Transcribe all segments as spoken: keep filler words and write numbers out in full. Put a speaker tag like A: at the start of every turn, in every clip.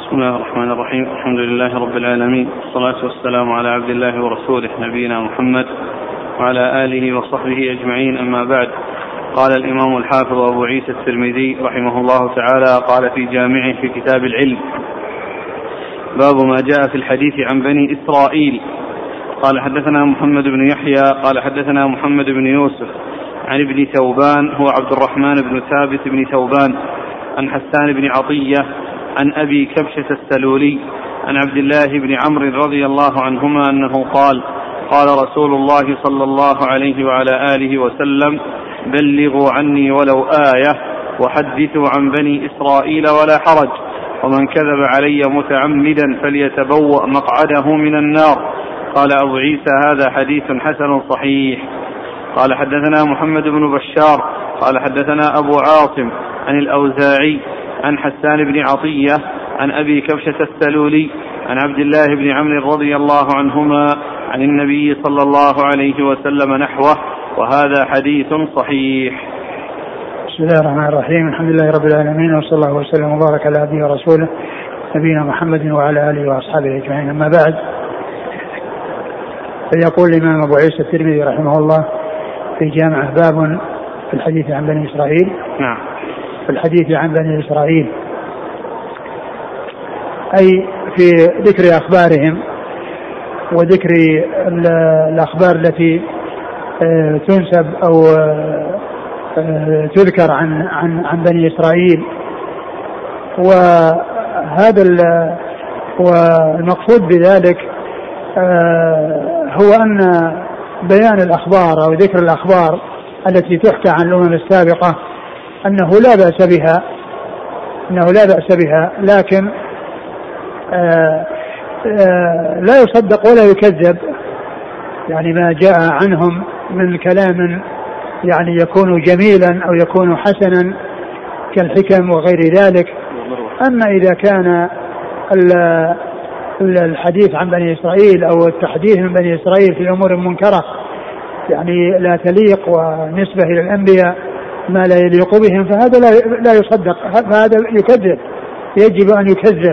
A: بسم الله الرحمن الرحيم. الحمد لله رب العالمين، والصلاة والسلام على عبد الله ورسوله نبينا محمد وعلى آله وصحبه أجمعين، أما بعد. قال الإمام الحافظ أبو عيسى الترمذي رحمه الله تعالى قال في جامعه في كتاب العلم: باب ما جاء في الحديث عن بني إسرائيل. قال حدثنا محمد بن يحيى قال حدثنا محمد بن يوسف عن ابن ثوبان هو عبد الرحمن بن ثابت بن ثوبان عن حسان بن عطية عن أبي كبشة السلولي عن عبد الله بن عمرو رضي الله عنهما أنه قال: قال رسول الله صلى الله عليه وعلى آله وسلم: بلغوا عني ولو آية وحدثوا عن بني إسرائيل ولا حرج، ومن كذب علي متعمدا فليتبوأ مقعده من النار. قال أبو عيسى: هذا حديث حسن صحيح. قال حدثنا محمد بن بشار قال حدثنا أبو عاصم عن الأوزاعي عن حسان بن عطية عن أبي كبشة السلولي عن عبد الله بن عمرو رضي الله عنهما عن النبي صلى الله عليه وسلم نحوه، وهذا حديث صحيح.
B: بسم الله الرحمن الرحيم. الحمد لله رب العالمين، وصلى الله وسلم وبارك على عبده ورسوله نبينا محمد وعلى آله وأصحابه أجمعين، أما بعد. فيقول الإمام أبو عيسى الترمذي رحمه الله في جامعه: باب في الحديث عن بني إسرائيل.
A: نعم.
B: في الحديث عن بني إسرائيل أي في ذكر أخبارهم وذكر الأخبار التي تنسب أو تذكر عن عن عن بني إسرائيل. وهذا والمقصود بذلك هو أن بيان الأخبار أو ذكر الأخبار التي تحكى عن الأمم السابقة أنه لا بأس بها أنه لا بأس بها لكن آآ آآ لا يصدق ولا يكذب، يعني ما جاء عنهم من كلام يعني يكون جميلا أو يكون حسنا كالحكم وغير ذلك. أما إذا كان الحديث عن بني إسرائيل أو التحديث من بني إسرائيل في أمور منكرة يعني لا تليق ونسبة إلى الأنبياء ما لا يليق بهم، فهذا لا يصدق، فهذا يكذب، يجب أن يكذب.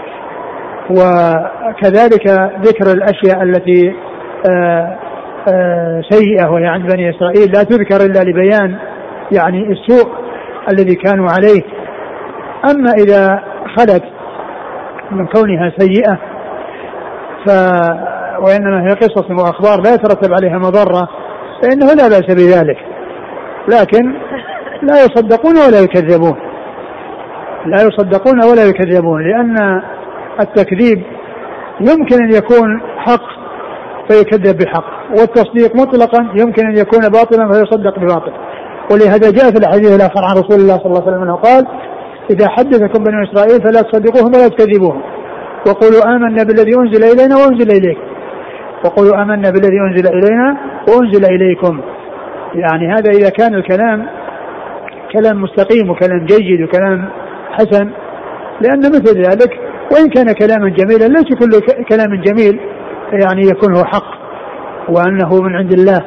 B: وكذلك ذكر الأشياء التي آآ آآ سيئة وهي عند بني إسرائيل لا تذكر إلا لبيان يعني السوء الذي كانوا عليه. أما إذا خلت من كونها سيئة ف وإنما هي قصص وأخبار لا يترتب عليها مضرة فإنه لا بأس بذلك، لكن لا يصدقون ولا يكذبون لا يصدقون ولا يكذبون لأن التكذيب يمكن أن يكون حق فيكذب بحق، والتصديق مطلقا يمكن أن يكون باطلا فيصدق بباطل. ولهذا جاء في الحديث الآخر عن رسول الله صلى الله عليه وسلم قال: إذا حدثكم بني إسرائيل فلا تصدقوهم ولا تكذبوهم، وقولوا آمنا بالذي أنزل إلينا وأنزل إليكم وقولوا آمنا بالذي أنزل إلينا وأنزل إليكم. يعني هذا إذا كان الكلام كلام مستقيم وكلام جيد وكلام حسن، لأن مثل ذلك وإن كان كلاما جميلا ليس كل كلام جميل يعني يكون هو حق وأنه من عند الله.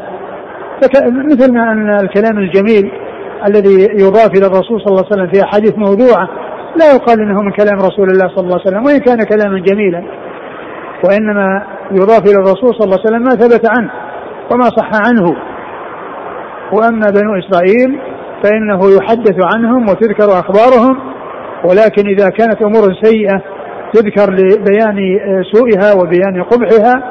B: مثل ما أن الكلام الجميل الذي يضاف إلى الرسول صلى الله عليه وسلم في أحاديث موضوعة لا يقال إنه من كلام رسول الله صلى الله عليه وسلم وإن كان كلاما جميلا، وإنما يضاف إلى الرسول صلى الله عليه وسلم ما ثبت عنه وما صح عنه. وأما بنو إسرائيل فإنه يحدث عنهم وتذكر أخبارهم، ولكن إذا كانت أمور سيئة تذكر لبيان سوءها وبيان قبحها.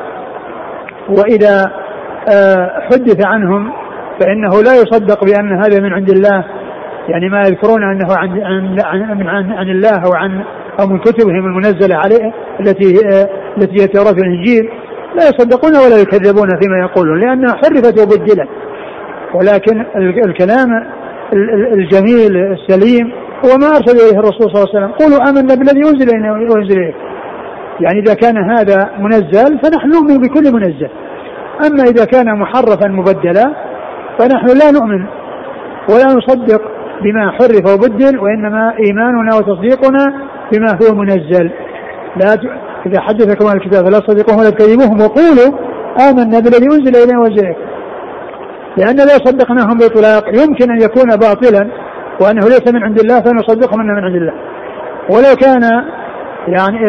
B: وإذا حدث عنهم فإنه لا يصدق بأن هذا من عند الله، يعني ما يذكرون أنه عن, عن, عن, عن الله أو, عن أو من كتبهم المنزلة عليه التي التي يتورى في الإنجيل، لا يصدقون ولا يكذبون فيما يقولون لأنها حرفت وبدلت. ولكن الكلام الجميل السليم هو ما أرسل إليه الرسول صلى الله عليه وسلم: قولوا آمنا بالذي أنزل إلينا وأنزل إليكم. يعني إذا كان هذا منزل فنحن نؤمن بكل منزل، أما إذا كان محرفا مبدلا فنحن لا نؤمن ولا نصدق بما حرف وبدل، وإنما إيماننا وتصديقنا بما هو منزل. لا ت... إذا حدثكم عن الكتاب فلا تصدقوهم ولا تكذبوهم وقولوا آمنا بالذي أنزل إلينا وأنزل إليكم، لأن لا صدقناهم بإطلاق يمكن أن يكون باطلا وأنه ليس من عند الله فنصدقهم أنه من عند الله. ولو كان يعني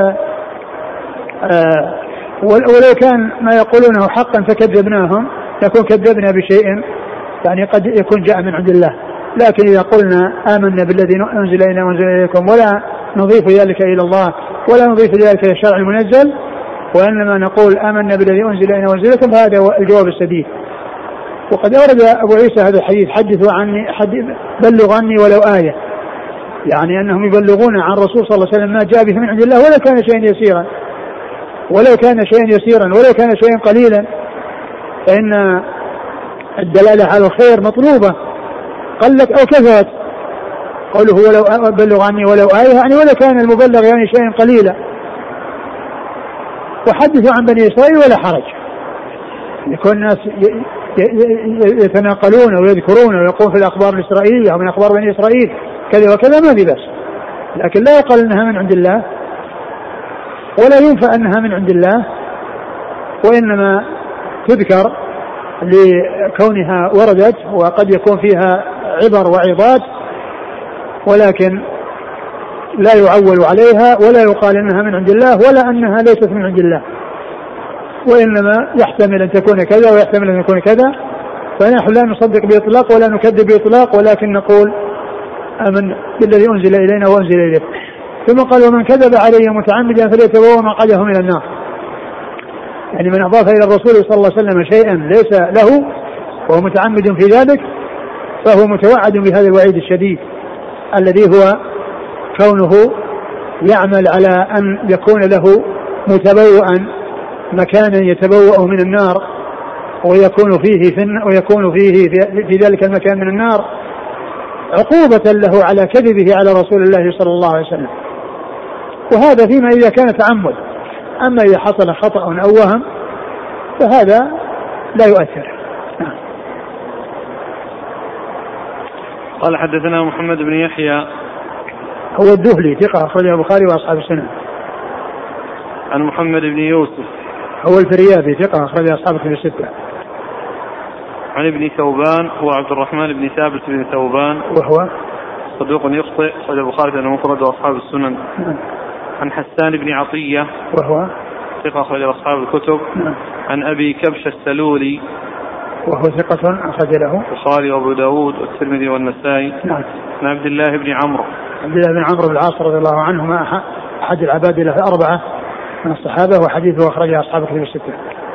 B: آه ولو كان ما يقولونه حقا فكذبناهم يكون كذبنا بشيء يعني قد يكون جاء من عند الله. لكن إذا قلنا آمنا بالذي أنزل إلينا وأنزل إليكم ولا نضيف ذلك إلى الله ولا نضيف ذلك إلى الشرع المنزل وإنما نقول آمنا بالذي أنزل إلينا وأنزل إليكم فهذا هو الجواب السديد. وقد أورد أبو عيسى هذا الحديث حدثوا عني حدث بلغ عني ولو آية، يعني أنهم يبلغون عن الرسول صلى الله عليه وسلم ما جاء به من عند الله ولو كان شيئا يسيرا ولو كان شيئا يسيرا ولو كان شيئا قليلا، فإن الدلالة على الخير مطلوبة قلت أو كثرت. قوله ولو بلغ عني ولو آية يعني ولو كان المبلغ يعني شيئا قليلا. وحدثوا عن بني إسرائيل ولا حرج، يكون الناس يتناقلون ويذكرون ويقول في الأخبار الإسرائيلية ومن أخبار بني إسرائيل كذا وكذا ما في بس، لكن لا يقال أنها من عند الله ولا ينفى أنها من عند الله، وإنما تذكر لكونها وردت وقد يكون فيها عبر وعظات، ولكن لا يعول عليها ولا يقال أنها من عند الله ولا أنها ليست من عند الله، وإنما يحتمل أن تكون كذا ويحتمل أن يكون كذا. فنحن لا نصدق بإطلاق ولا نكذب بإطلاق، ولكن نقول آمن بالذي أنزل إلينا وأنزل إليكم. ثم قال ومن كذب علي متعمدا فليتبوأ مقعده من النار، يعني من أضاف إلى الرسول صلى الله عليه وسلم شيئا ليس له وهو متعمد في ذلك فهو متوعد بهذا الوعيد الشديد الذي هو كونه يعمل على أن يكون له متبوئا مكانا يتبوأ من النار ويكون فيه في ويكون فيه في, في ذلك المكان من النار عقوبة له على كذبه على رسول الله صلى الله عليه وسلم. وهذا فيما إذا كان تعمد، أما إذا حصل خطأ أو وهم فهذا لا يؤثر.
A: قال حدثنا محمد بن يحيى
B: هو الدهلي ثقة أخرجه البخاري وأصحاب السنن.
A: عن محمد بن يوسف
B: هو الفريابي ثقة أخرجه أصحاب الكتب الستة.
A: عن ابن ثوبان هو عبد الرحمن بن ثابت بن ثوبان
B: وهو
A: صدوق يخطئ أخرجه البخاري المفرد وأصحاب السنن. عن حسان بن عطية
B: وهو
A: ثقة أخرجه أصحاب الكتب. عن أبي كبش السلولي
B: وهو ثقة أخرج له
A: البخاري وأبو داود والترمذي والنسائي.
B: نعم.
A: عن عبد الله بن عمرو
B: عبد الله بن عمرو بن العاص رضي الله عنهما أحد العباد له أربعة من الصحابة وحديثه أخرجه أصحاب الكتب الستة.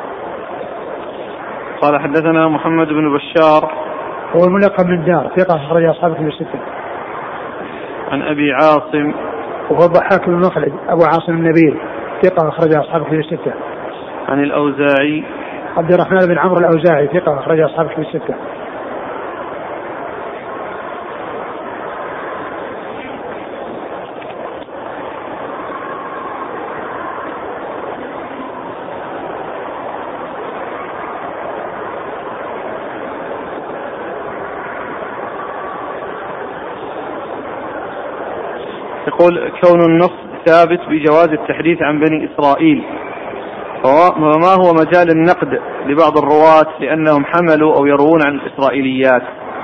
A: قال حدثنا محمد بن بشار
B: هو الملقب من دار ثقة أخرجه أصحاب الكتب الستة.
A: عن أبي عاصم
B: وهو الضحاك بن مخلد أبو عاصم النبيل ثقة أخرجه أصحاب الكتب الستة.
A: عن الأوزاعي
B: عبد الرحمن بن عمرو الأوزاعي ثقة أخرجه أصحاب الكتب الستة.
A: يقول كون النص ثابت بجواز التحديث عن بني إسرائيل، وما هو مجال النقد لبعض الرواة لأنهم حملوا أو يروون عن الإسرائيليات؟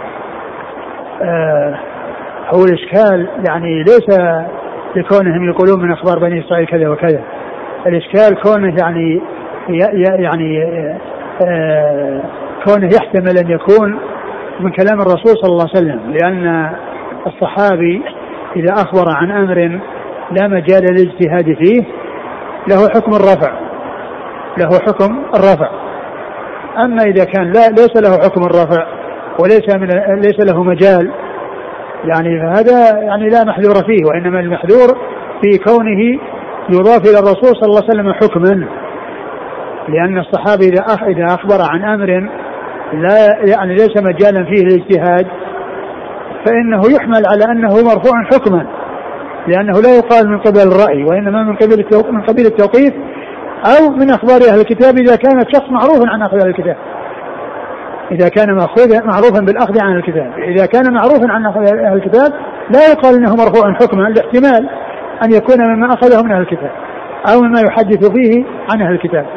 B: آه هو الإشكال يعني ليس لكونهم يقولون من أخبار بني إسرائيل كذا وكذا، الإشكال كونه يعني يعني آه كونه يحتمل أن يكون من كلام الرسول صلى الله عليه وسلم، لأن الصحابي إذا أخبر عن أمر لا مجال للاجتهاد فيه له حكم الرفع له حكم الرفع أما إذا كان لا ليس له حكم الرفع وليس من ليس له مجال يعني فهذا يعني لا محذور فيه، وإنما المحذور في كونه يضاف إلى الرسول صلى الله عليه وسلم حكما، لأن الصحابي إذا إذا أخبر عن أمر لا يعني ليس مجالا فيه للاجتهاد فإنه يحمل على أنه مرفوع حكما، لأنه لا يقال من قبل الرأي وإنما من قبل من قبيل التوقيف أو من أخبار أهل الكتاب إذا كان الشخص معروفا عن أخذ أهل الكتاب، إذا كان معروفا بالأخذ عن الكتاب، إذا كان معروفا عن أخذ أهل الكتاب لا يقال أنه مرفوع حكما لاحتمال أن يكون مما أخذه من أهل الكتاب أو مما يحدث فيه عن أهل الكتاب.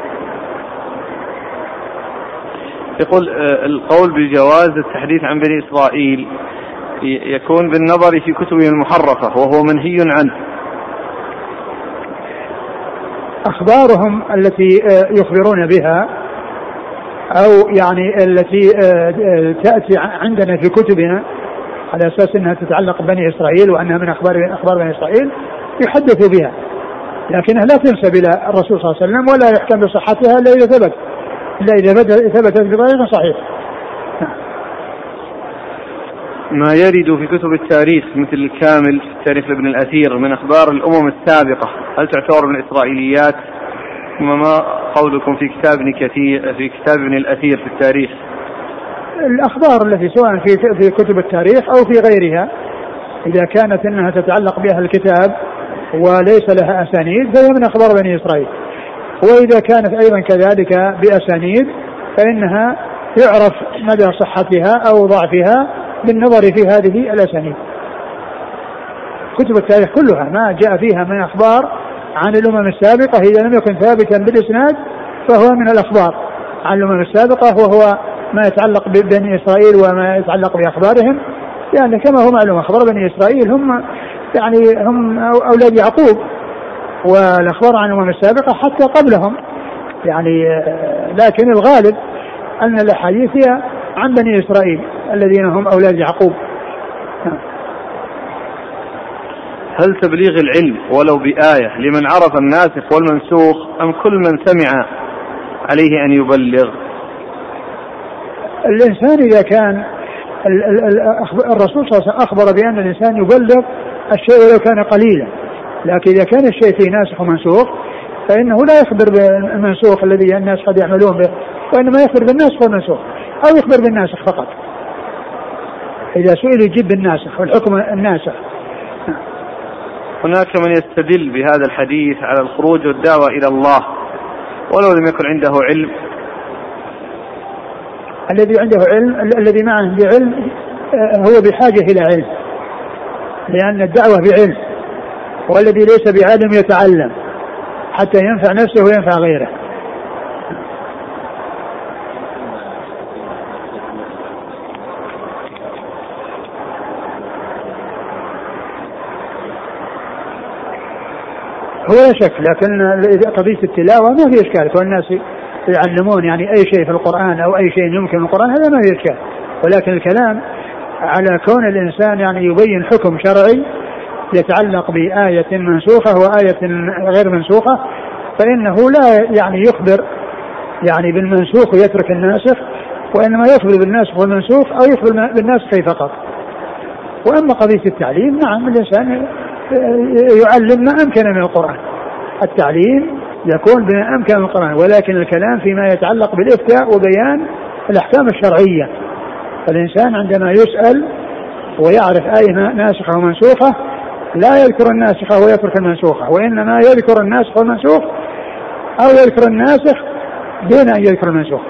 A: يقول القول بجواز التحديث عن بني إسرائيل يكون بالنظر في كتبهم المحرفة وهو منهي عنه،
B: أخبارهم التي يخبرون بها أو يعني التي تأتي عندنا في كتبنا على أساس أنها تتعلق ببني إسرائيل وأنها من أخبار أخبار بني إسرائيل يحدثوا بها، لكنها لا تنسب إلى الرسول صلى الله عليه وسلم ولا يحكم بصحتها إلا إذا ثبت إلا إذا ثبتت بطريقة صحيحة.
A: ما يرد في كتب التاريخ مثل الكامل في تاريخ ابن الأثير من أخبار الأمم السابقة هل تعتبر من الإسرائيليات؟ وما قولكم في كتاب ابن كثير في كتاب ابن الأثير في التاريخ؟
B: الأخبار التي سواء في في كتب التاريخ أو في غيرها إذا كانت أنها تتعلق بها الكتاب وليس لها أسانيد فهي من أخبار بني إسرائيل، وإذا كانت أيضا كذلك بأسانيد فإنها يعرف مدى صحتها أو ضعفها بالنظر في هذه الأسانيد. كتب التاريخ كلها ما جاء فيها من أخبار عن الأمم السابقة إذا لم يكن ثابتا بالإسناد فهو من الأخبار عن الأمم السابقة، وهو ما يتعلق ببني إسرائيل وما يتعلق بأخبارهم، يعني كما هو معلوم أخبار بني إسرائيل هم يعني هم أولاد يعقوب، والأخبار عن الأمم السابقة حتى قبلهم يعني، لكن الغالب أن الأحاديث هي عن بني إسرائيل الذين هم أولاد يعقوب.
A: هل تبليغ العلم ولو بآية لمن عرف الناسخ والمنسوخ أم كل من سمع عليه أن يبلغ؟
B: الإنسان إذا كان الرسول صلى الله عليه وسلم أخبر بأن الإنسان يبلغ الشيء ولو كان قليلا، لكن إذا كان الشيء فيه ناسخ ومنسوخ فإنه لا يخبر بالمنسوخ الذي الناس قد يعملون به، وإنما يخبر بالناسخ والمنسوخ أو يخبر بالناسخ فقط إذا سئل يجيب بالناسخ والحكم الناسخ.
A: هناك من يستدل بهذا الحديث على الخروج والدعوة إلى الله ولو لم يكن عنده علم.
B: الذي عنده علم الذي معه بعلم هو بحاجة إلى علم، لأن الدعوة بعلم، والذي ليس بعالم يتعلم حتى ينفع نفسه وينفع غيره. هو لا شك، لكن قضية التلاوة ما في إشكال، والناس يعلمون يعني أي شيء في القرآن أو أي شيء يمكن من القرآن هذا ما في إشكال، ولكن الكلام على كون الإنسان يعني يبين حكم شرعي يتعلق بآية منسوخة وآية غير منسوخة فإنه لا يعني يخبر يعني بالمنسوخ ويترك الناسخ، وإنما يخبر بالناسخ والمنسوخ أو يخبر بالناسخ فقط. وأما قضية التعليم نعم الإنسان يعلم ما أمكن من القرآن، التعليم يكون بما أمكن من القرآن، ولكن الكلام فيما يتعلق بالإفتاء وبيان الأحكام الشرعية. فالإنسان عندما يسأل ويعرف آية ناسخة ومنسوخة لا يذكر الناسخة ويترك المنسوخة، وإنما يذكر الناسخ والمنسوخ أو يذكر الناسخ دون أن يذكر المنسوخ.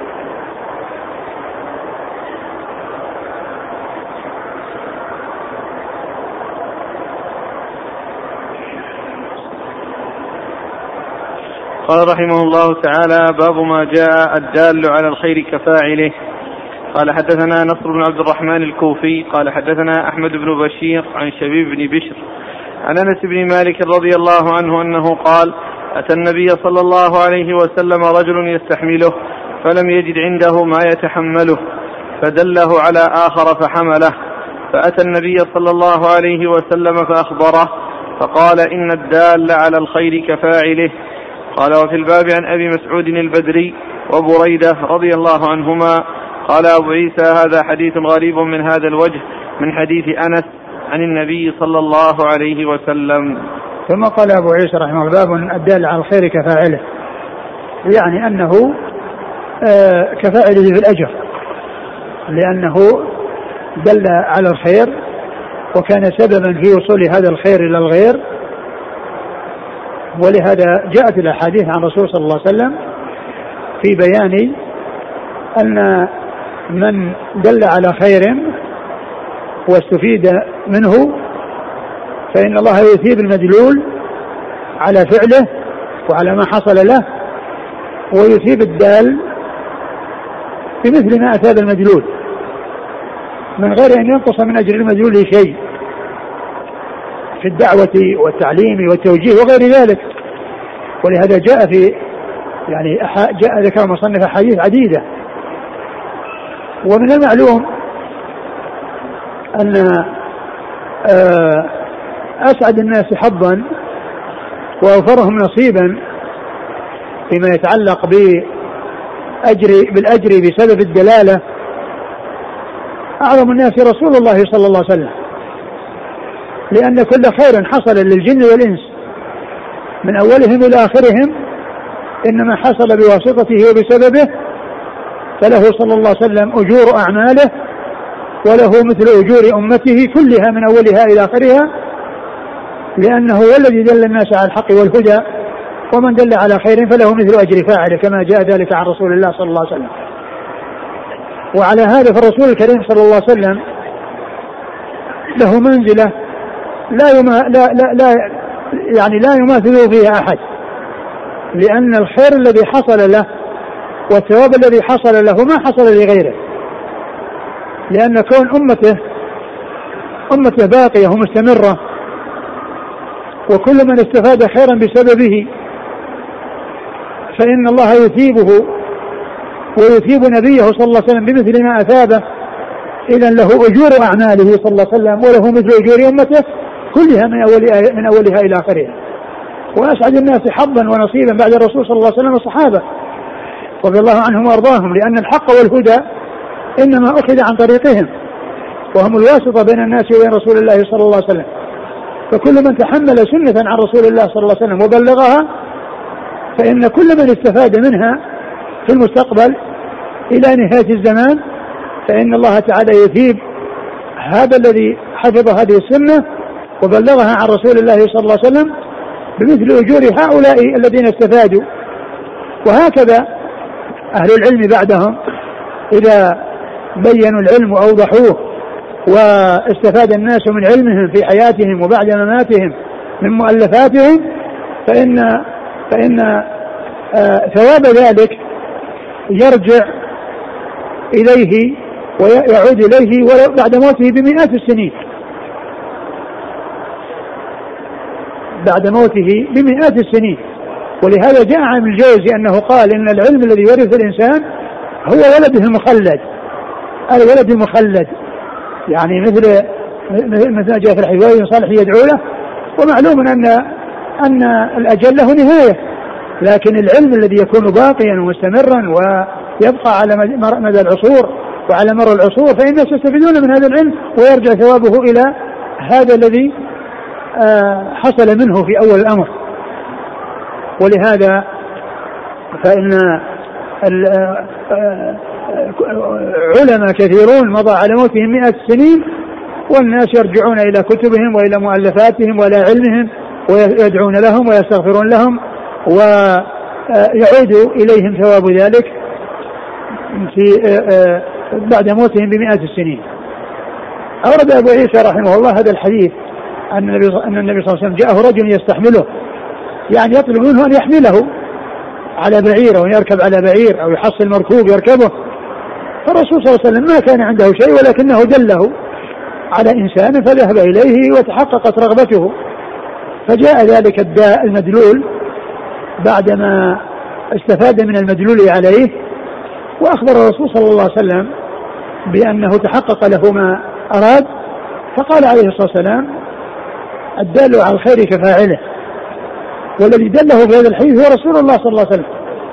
A: قال رحمه الله تعالى: باب ما جاء الدال على الخير كفاعله. قال حدثنا نصر بن عبد الرحمن الكوفي قال حدثنا أحمد بن بشير عن شبيب بن بشر عن أنس بن مالك رضي الله عنه أنه قال: أتى النبي صلى الله عليه وسلم رجل يستحمله فلم يجد عنده ما يتحمله فدله على آخر فحمله، فأتى النبي صلى الله عليه وسلم فأخبره فقال: إن الدال على الخير كفاعله. قال: وفي الباب عن أبي مسعود البدري وبريدة رضي الله عنهما. قال أبو عيسى: هذا حديث غريب من هذا الوجه من حديث أنس عن النبي صلى الله عليه وسلم.
B: ثم قال أبو عيسى رحمه الله: باب الدال على الخير كفاعله، يعني أنه آه كفاعله في الأجر، لأنه دل على الخير وكان سببا في وصول هذا الخير إلى الغير، ولهذا جاءت الأحاديث عن رسول صلى الله عليه وسلم في بيان أن من دل على خير واستفيد منه فإن الله يثيب المدلول على فعله وعلى ما حصل له، ويثيب الدال بمثل ما أثاب المدلول من غير أن ينقص من أجر المدلول شيء في الدعوة والتعليم والتوجيه وغير ذلك. ولهذا جاء في يعني جاء ذكر مصنف حديث عديدة. ومن المعلوم أن أسعد الناس حظا وأوفرهم نصيبا فيما يتعلق بأجر بالأجر بسبب الدلالة أعظم الناس رسول الله صلى الله عليه وسلم، لأن كل خير حصل للجن والإنس من أولهم إلى آخرهم إنما حصل بواسطته وبسببه، فله صلى الله عليه وسلم أجور أعماله وله مثل أجور أمته كلها من أولها إلى آخرها، لأنه هو الذي دل الناس على الحق والهدى، ومن دل على خير فله مثل أجر فاعله كما جاء ذلك عن رسول الله صلى الله عليه وسلم. وعلى هذا فالرسول الكريم صلى الله عليه وسلم له منزلة لا, يما لا, لا, لا يعني لا يماثله فيها أحد، لأن الخير الذي حصل له والثواب الذي حصل له ما حصل لغيره، لأن كون أمته أمته باقية ومستمرة، وكل من استفاد خيرا بسببه فإن الله يثيبه ويثيب نبيه صلى الله عليه وسلم بمثل ما أثابه، إذن له أجور أعماله صلى الله عليه وسلم وله مثل أجور أمته كلها من أولها, من أولها إلى آخرها. وأسعد الناس حظا ونصيبا بعد الرسول صلى الله عليه وسلم الصحابة رضي الله عنهم وأرضاهم، لأن الحق والهدى إنما أخذ عن طريقهم، وهم الواسطة بين الناس وبين رسول الله صلى الله عليه وسلم. فكل من تحمل سنة عن رسول الله صلى الله عليه وسلم وبلغها فإن كل من استفاد منها في المستقبل إلى نهاية الزمان فإن الله تعالى يثيب هذا الذي حفظ هذه السنة وبلغها عن رسول الله صلى الله عليه وسلم بمثل أجور هؤلاء الذين استفادوا. وهكذا أهل العلم بعدهم إذا بينوا العلم وأوضحوه واستفاد الناس من علمهم في حياتهم وبعد مماتهم من مؤلفاتهم فإن فإن آه ثواب ذلك يرجع إليه ويعود إليه ولو بعد موته بمئات السنين بعد موته بمئات السنين. ولهذا جاء عن الجوزي أنه قال إن العلم الذي يورث الإنسان هو ولده المخلد، الولد المخلد، يعني مثل مثل جاء في الحواري صالح يدعو له. ومعلوم أن أن الأجل له نهاية، لكن العلم الذي يكون باقيا ومستمرا ويبقى على مدى العصور وعلى مر العصور فإن الناس يستفيدون من هذا العلم ويرجع ثوابه إلى هذا الذي حصل منه في أول الأمر. ولهذا فإن علماء كثيرون مضى على موتهم مئة سنين والناس يرجعون إلى كتبهم وإلى مؤلفاتهم وإلى علمهم ويدعون لهم ويستغفرون لهم ويعود إليهم ثواب ذلك في بعد موتهم بمئة السنين. أورد أبو عيسى رحمه الله هذا الحديث أن النبي صلى الله عليه وسلم جاءه رجل يستحمله، يعني يطلب منه أن يحمله على بعير أو يركب على بعير أو يحصل مركوب يركبه. فالرسول صلى الله عليه وسلم ما كان عنده شيء ولكنه دله على إنسان فذهب إليه وتحققت رغبته، فجاء ذلك الداء المدلول بعدما استفاد من المدلول عليه وأخبر الرسول صلى الله عليه وسلم بأنه تحقق له ما أراد، فقال عليه الصلاة والسلام الدال على الخير كفاعله، والذي دله في هذا الحديث هو رسول الله صلى الله عليه وسلم.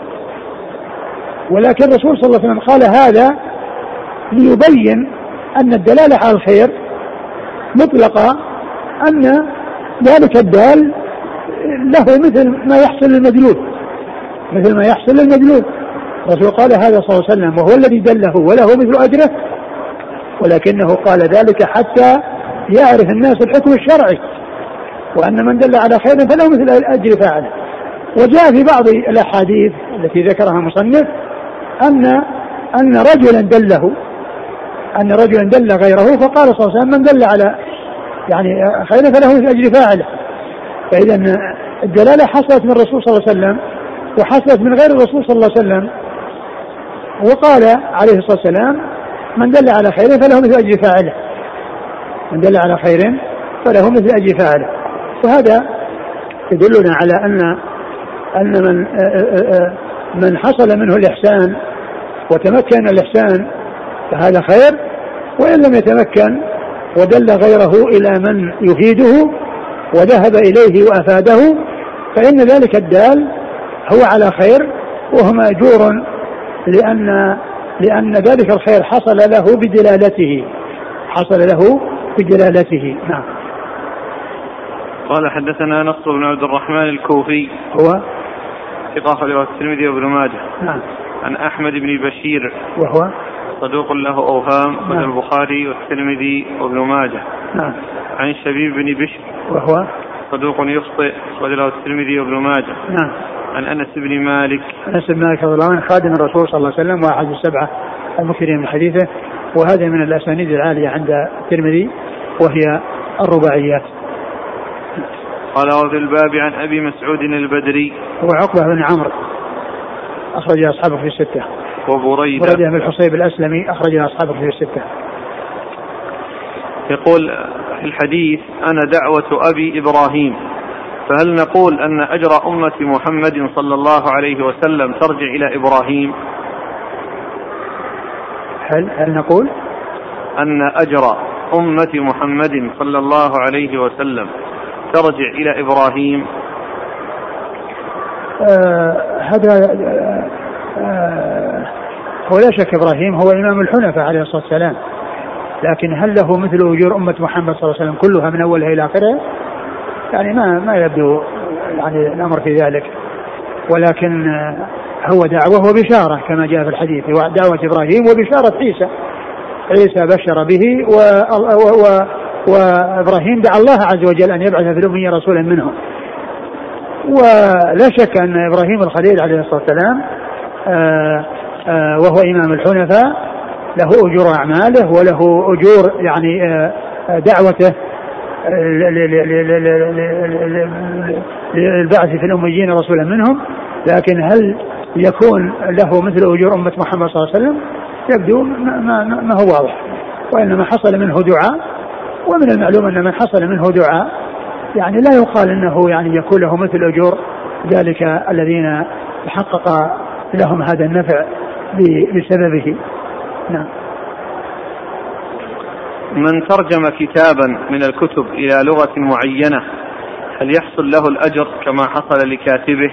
B: ولكن الرسول صلى الله عليه وسلم قال هذا ليبين أن الدلالة على الخير مطلقة، أن ذلك الدال له مثل ما يحصل للمدلول مثل ما يحصل للمدلول. الرسول قال هذا صلى الله عليه وسلم وهو الذي دله وله مثل أجره، ولكنه قال ذلك حتى يعرف الناس الحكم الشرعي وأن من دل على خير فله مثل أجر فاعله. وجاء في بعض الأحاديث التي ذكرها مصنف أن أن رجلا دله أن رجلا دل غيره فقال صلى الله عليه وسلم من دل على يعني خير فله مثل أجر فاعله. فإذا الدلالة حصلت من الرسول صلى الله عليه وسلم وحصلت من غير الرسول صلى الله عليه وسلم، وقال عليه الصلاة والسلام من دل على خير فله مثل أجر فاعله من دل على خير فله مثل أجر فاعله. وهذا يدلنا على أن أن من من حصل منه الإحسان وتمكن الإحسان فهذا خير، وإن لم يتمكن ودل غيره إلى من يفيده وذهب إليه وأفاده فإن ذلك الدال هو على خير وهو مأجور، لأن لأن ذلك الخير حصل له بدلالته حصل له بدلالته. نعم.
A: قال حدثنا نصر بن عبد الرحمن الكوفي
B: هو
A: ثقة أخرجه الترمذي وابن ماجه.
B: نعم.
A: عن أحمد بن بشير وهو
B: صدوق
A: له أوهام من البخاري والترمذي وابن ماجه.
B: نعم.
A: عن شبيب بن بشر
B: وهو
A: صدوق يخطئ له الترمذي وابن ماجه.
B: نعم.
A: عن أنس بن مالك
B: أنس بن مالك رضي الله عنه خادم الرسول صلى الله عليه وسلم وأحد السبعة المكثرين من حديثه، وهذا من الأسانيد العالية عند الترمذي وهي الرباعيات.
A: قال وفي الباب عن أبي مسعود البدري
B: هو عقبة بن عمرو أخرج أصحابه في الستة،
A: وبريدة
B: بريدة بن الحصيب الأسلمي أخرج أصحابه في الستة.
A: يقول في الحديث أنا دعوة أبي إبراهيم، فهل نقول أن أجر أمة محمد صلى الله عليه وسلم ترجع إلى إبراهيم؟
B: هل, هل نقول
A: أن أجر أمة محمد صلى الله عليه وسلم ترجع إلى إبراهيم؟
B: آه هذا آه آه هو لا شك إبراهيم هو إمام الحنفاء عليه الصلاة والسلام، لكن هل له مثل أجور أمة محمد صلى الله عليه وسلم كلها من أولها إلى آخرها؟ يعني ما ما يبدو يعني الأمر في ذلك، ولكن هو دعوة وبشارة كما جاء في الحديث، دعوة إبراهيم وبشارة عيسى عيسى بشر به و... و... و... وإبراهيم دعا الله عز وجل أن يبعث في الأمية رسولا منهم. ولا شك أن إبراهيم الخليل عليه الصلاة والسلام آآ آآ وهو إمام الحنفاء له أجور أعماله وله أجور يعني دعوته للبعث في الأميين رسولا منهم، لكن هل يكون له مثل أجور أمة محمد صلى الله عليه وسلم؟ يبدو ما, ما هو واضح، وإنما حصل منه دعاء، ومن المعلوم أن من حصل منه دعاء يعني لا يقال أنه يعني يكون له مثل أجور ذلك الذين تحقق لهم هذا النفع بسببه. نعم.
A: من ترجم كتابا من الكتب إلى لغة معينة هل يحصل له الأجر كما حصل لكاتبه؟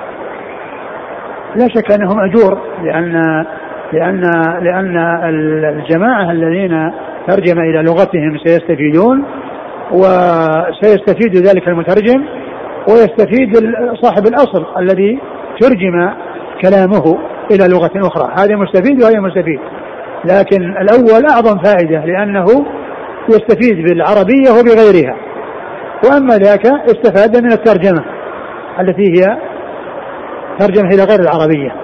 B: لا شك أنهم أجور، لأن لأن لأن الجماعة الذين ترجم إلى لغتهم سيستفيدون، وسيستفيد ذلك المترجم ويستفيد صاحب الأصل الذي ترجم كلامه إلى لغة أخرى، هذا مستفيد وهذا مستفيد، لكن الأول أعظم فائدة لأنه يستفيد بالعربية وبغيرها، وأما ذاك استفاد من الترجمة التي هي ترجمة إلى غير العربية.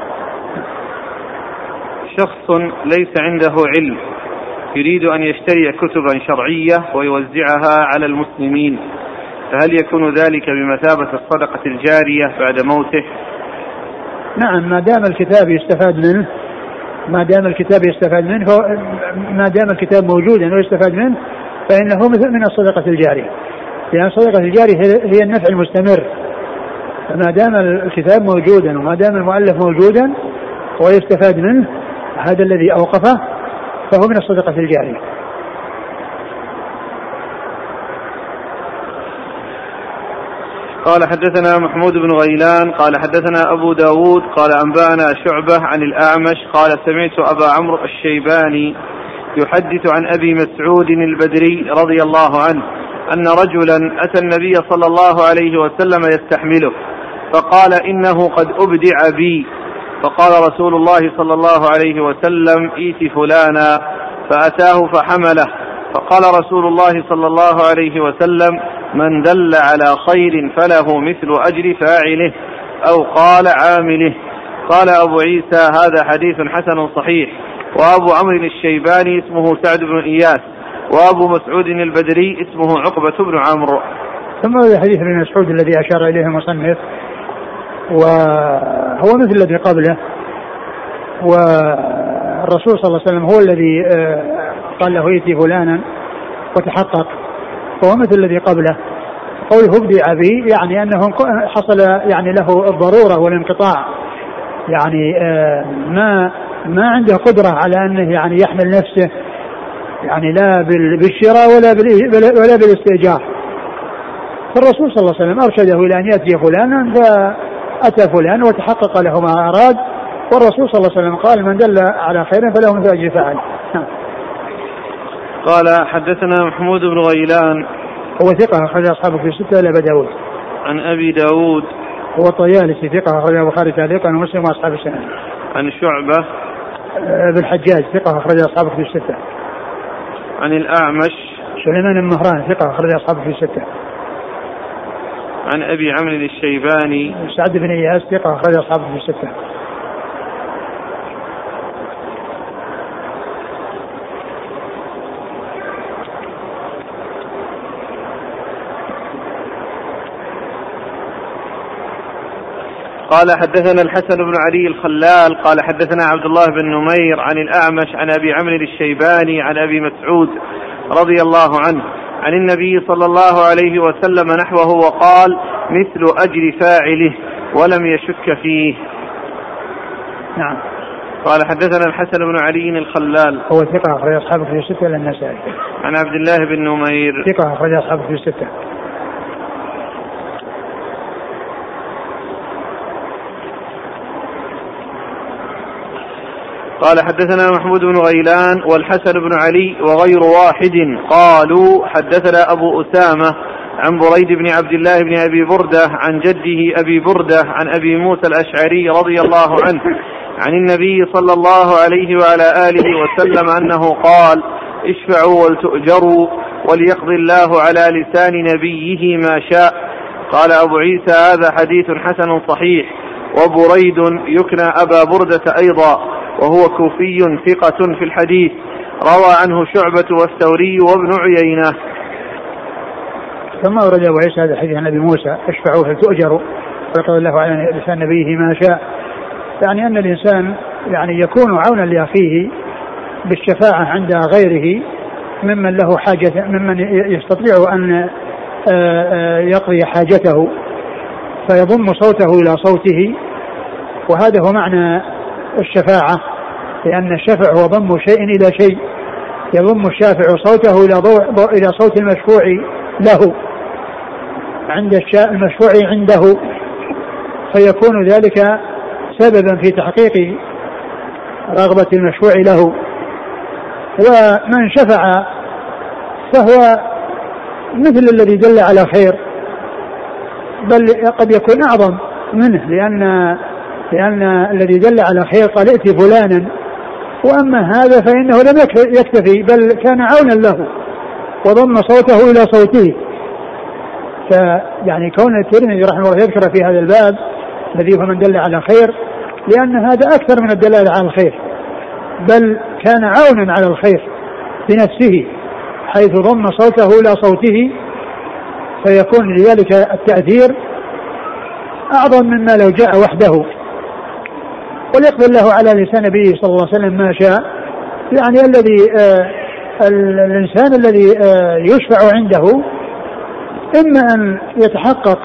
A: شخص ليس عنده علم يريد أن يشتري كتبا شرعية ويوزعها على المسلمين، فهل يكون ذلك بمثابة الصدقة الجارية بعد موته؟
B: نعم، ما دام الكتاب يستفاد منه ما دام الكتاب يستفاد منه ما دام الكتاب موجودا ويستفاد منه فإنه مثل من الصدقة الجارية، لأن الصدقة الجارية هي النفع المستمر، فما دام الكتاب موجودا وما دام المؤلف موجودا ويستفاد منه هذا الذي أوقفه فهو من الصدقة الجارية.
A: قال حدثنا محمود بن غيلان قال حدثنا أبو داود قال أنبأنا شعبة عن الأعمش قال سمعت أبا عمرو الشيباني يحدث عن أبي مسعود البدري رضي الله عنه أن رجلا أتى النبي صلى الله عليه وسلم يستحمله فقال إنه قد أبدع بي، فقال رسول الله صلى الله عليه وسلم إيت فلانا، فأتاه فحمله، فقال رسول الله صلى الله عليه وسلم من دل على خير فله مثل أجر فاعله أو قال عامله. قال أبو عيسى هذا حديث حسن صحيح. وأبو عمرو الشيباني اسمه سعد بن إياس، وأبو مسعود البدري اسمه عقبة بن عمرو.
B: ثم هذا حديث ابن مسعود الذي أشار إليه المصنف، وهو مثل الذي قبله، والرسول صلى الله عليه وسلم هو الذي قال له ائتي فلانا وتحقق، فهو مثل الذي قبله، قوله ابدع بي يعني أنه حصل يعني له الضرورة والانقطاع، يعني آه ما ما عنده قدرة على أنه يعني يحمل نفسه يعني لا بالشراء ولا ولا بالاستئجار. فالرسول صلى الله عليه وسلم أرشده إلى أن يأتي فلانا، فأتى فلان وتحقق له ما أراد، والرسول صلى الله عليه وسلم قال من دل على خير فله مثل أجر فاعل.
A: قال حدثنا محمود بن غيلان
B: هو ثقة أخرج أصحابه في ستة إلى أبي داود.
A: عن أبي داود
B: هو الطيالسي ثقة أخرج البخاري تعليقا ومسلم وأصحاب السنن.
A: عن شعبة
B: بالحجاج ثقة أخرج أصحابه في الستة.
A: عن الأعمش
B: سليمان بن مهران ثقة أخرج أصحابه في الستة.
A: عن أبي عمرو الشيباني
B: سعد بن إياس ثقة أخرج أصحابه في الستة.
A: قال حدثنا الحسن بن علي الخلال قال حدثنا عبد الله بن نمير عن الأعمش عن أبي عمرو الشيباني عن أبي مسعود رضي الله عنه عن النبي صلى الله عليه وسلم نحوه وقال مثل أجر فاعله ولم يشك فيه.
B: نعم.
A: قال حدثنا الحسن بن علي الخلال
B: هو ثقة أخرج أصحابه في الستة إلى النسائي.
A: عن عبد الله بن نمير
B: ثقة أخرج أصحابه في الستة.
A: قال حدثنا محمود بن غيلان والحسن بن علي وغير واحد قالوا حدثنا أبو أسامة عن بريد بن عبد الله بن أبي بردة عن جده أبي بردة عن أبي موسى الأشعري رضي الله عنه عن النبي صلى الله عليه وعلى آله وسلم أنه قال اشفعوا ولتؤجروا وليقضي الله على لسان نبيه ما شاء. قال أبو عيسى هذا حديث حسن صحيح. وبريد يكنى أبا بردة أيضا وهو كوفي ثقة في الحديث روى عنه شعبة والثوري وابن عيينة.
B: ثم ورد أبو عيسى هذا الحديث عن أبي موسى اشفعوا فلتؤجروا ويقضي الله على لسان نبيه ما شاء، يعني أن الإنسان يعني يكون عونا لأخيه بالشفاعة عند غيره ممن له حاجة ممن يستطيع أن يقضي حاجته فيضم صوته إلى صوته، وهذا هو معنى الشفاعة، لأن الشفع هو ضم شيء إلى شيء، يضم الشافع صوته إلى ضوء إلى صوت المشفوع له عند المشفوع عنده، فيكون ذلك سببا في تحقيق رغبة المشفوع له. ومن شفع فهو مثل الذي دل على خير، بل قد يكون أعظم منه، لأن لأن الذي دل على خير قال ائت فلانا، وأما هذا فإنه لم يكتفي بل كان عونا له وضم صوته إلى صوته. فيعني كون الترمذي رحمه الله يذكر في هذا الباب الذي هو من دل على خير، لأن هذا أكثر من الدلالة على الخير، بل كان عونا على الخير بنفسه حيث ضم صوته إلى صوته، فيكون لذلك التأثير أعظم مما لو جاء وحده. وليقضي الله على لسان نبيه صلى الله عليه وسلم ما شاء، يعني الذي آه الإنسان الذي آه يشفع عنده إما أن يتحقق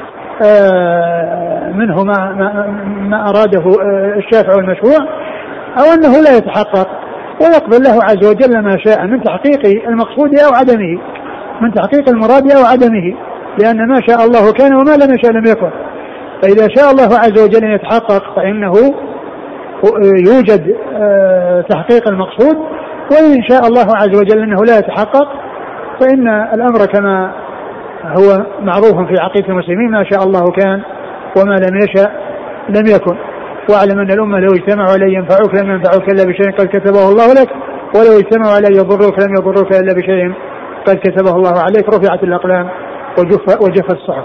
B: آه منه ما, ما, ما أراده آه الشافع والمشفوع، أو أنه لا يتحقق، ويقضي الله عز وجل ما شاء من تحقيق المقصود أو عدمه، من تحقيق المراد أو عدمه، لأن ما شاء الله كان وما لم يشاء لم يكن. فإذا شاء الله عز وجل أن يتحقق فإنه يوجد تحقيق المقصود، وإن شاء الله عز وجل أنه لا يتحقق فإن الأمر كما هو معروف في عقيدة المسلمين ما شاء الله كان وما لم يشاء لم يكن. واعلم أن الأمة لو اجتمعوا على ينفعوك لم ينفعوك إلا بشيء قد كتبه الله لك، ولو اجتمعوا على يضروك لم يضروك إلا بشيء قد كتبه الله عليك. رفعت الأقلام وجف وجفت الصحف.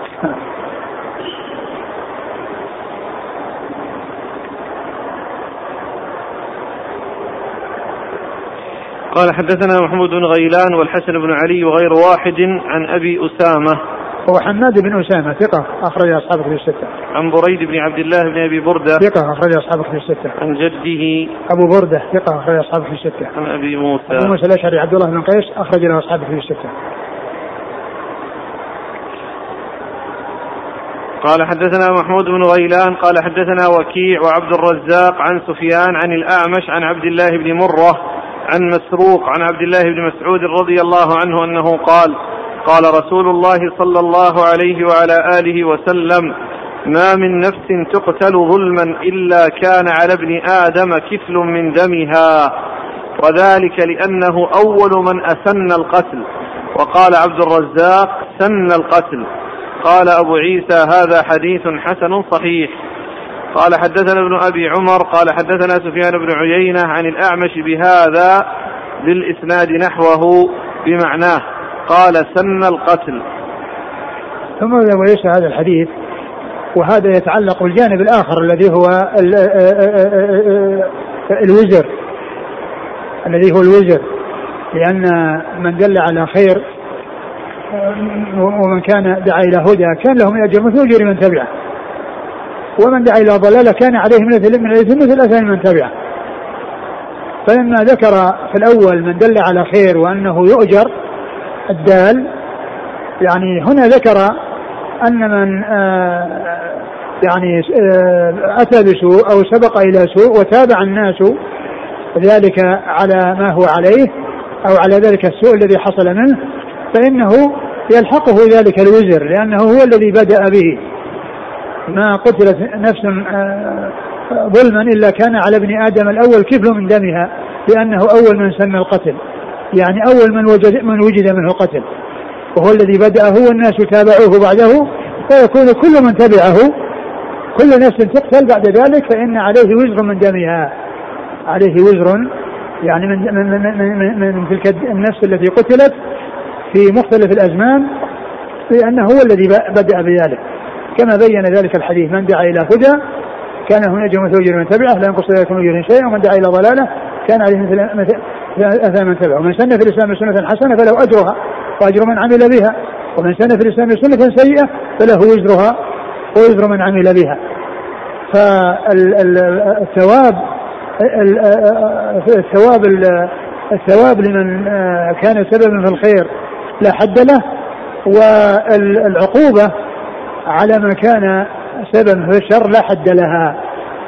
A: قال حدثنا محمود بن غيلان والحسن بن علي وغير واحد عن أبي أسامة
B: هو حماد بن أسامة ثقة أخرج أصحابه في الستة.
A: عن بريد بن عبد الله بن أبي بردة
B: ثقة أخرج أصحابه في الستة.
A: عن جده
B: أبو بردة ثقة أخرج أصحابه في الستة.
A: عن أبي موسى
B: أبو موسى الأشعري عبد الله بن قيس أخرج له أصحابه في الستة.
A: قال حدثنا محمود بن غيلان قال حدثنا وكيع وعبد الرزاق عن سفيان عن الأعمش عن عبد الله بن مرة عن مسروق عن عبد الله بن مسعود رضي الله عنه أنه قال قال رسول الله صلى الله عليه وعلى آله وسلم ما من نفس تقتل ظلما إلا كان على ابن آدم كفل من دمها وذلك لأنه أول من أسن القتل. وقال عبد الرزاق سن القتل. قال أبو عيسى هذا حديث حسن صحيح. قال حدثنا ابن أبي عمر قال حدثنا سفيان بن عيينة عن الأعمش بهذا بالإسناد نحوه بمعناه قال سن القتل.
B: ثم أبو عيسى هذا الحديث وهذا يتعلق بالجانب الآخر الذي هو الوزر الذي هو الوزر لأن من دل على خير ومن كان دعا إلى هدى كان له من أجر مثل أجر من تبعه ومن دعا إلى ضلالة كان عليه مثل من مثل مثل أثر من تبعه. فلما ذكر في الأول من دل على خير وأنه يؤجر الدال يعني هنا ذكر أن من آه يعني آه أتى بسوء أو سبق إلى سوء وتابع الناس ذلك على ما هو عليه أو على ذلك السوء الذي حصل منه فإنه يلحقه ذلك الوزر لأنه هو الذي بدأ به. ما قتلت نفس آه ظلما إلا كان على ابن آدم الأول كفل من دمها لأنه أول من سن القتل يعني أول من وجد, من وجد منه قتل وهو الذي بدأه والناس تابعوه بعده فيكون كل من تبعه كل نفس تقتل بعد ذلك فإن عليه وزر من دمها عليه وزر يعني من, من, من, من, من تلك النفس التي قتلت في مختلف الأزمان لأنه هو الذي بدأ بذلك كما بين ذلك الحديث من دعا إلى هدى كان هنا أجر مثل أجر من تبعه لا ينقص ذلك من أجر شيء ومن دعا إلى ضلالة كان عليه مثل أثام من تبعه ومن سن في الإسلام سنة حسنة فله أجرها وأجر من عمل بها ومن سن في الإسلام سنة سيئة فله وزرها ووزر من عمل بها. فالثواب الثواب الثواب لمن كان سببا في الخير لا حد له والعقوبة على من كان سببا في الشر لا حد لها.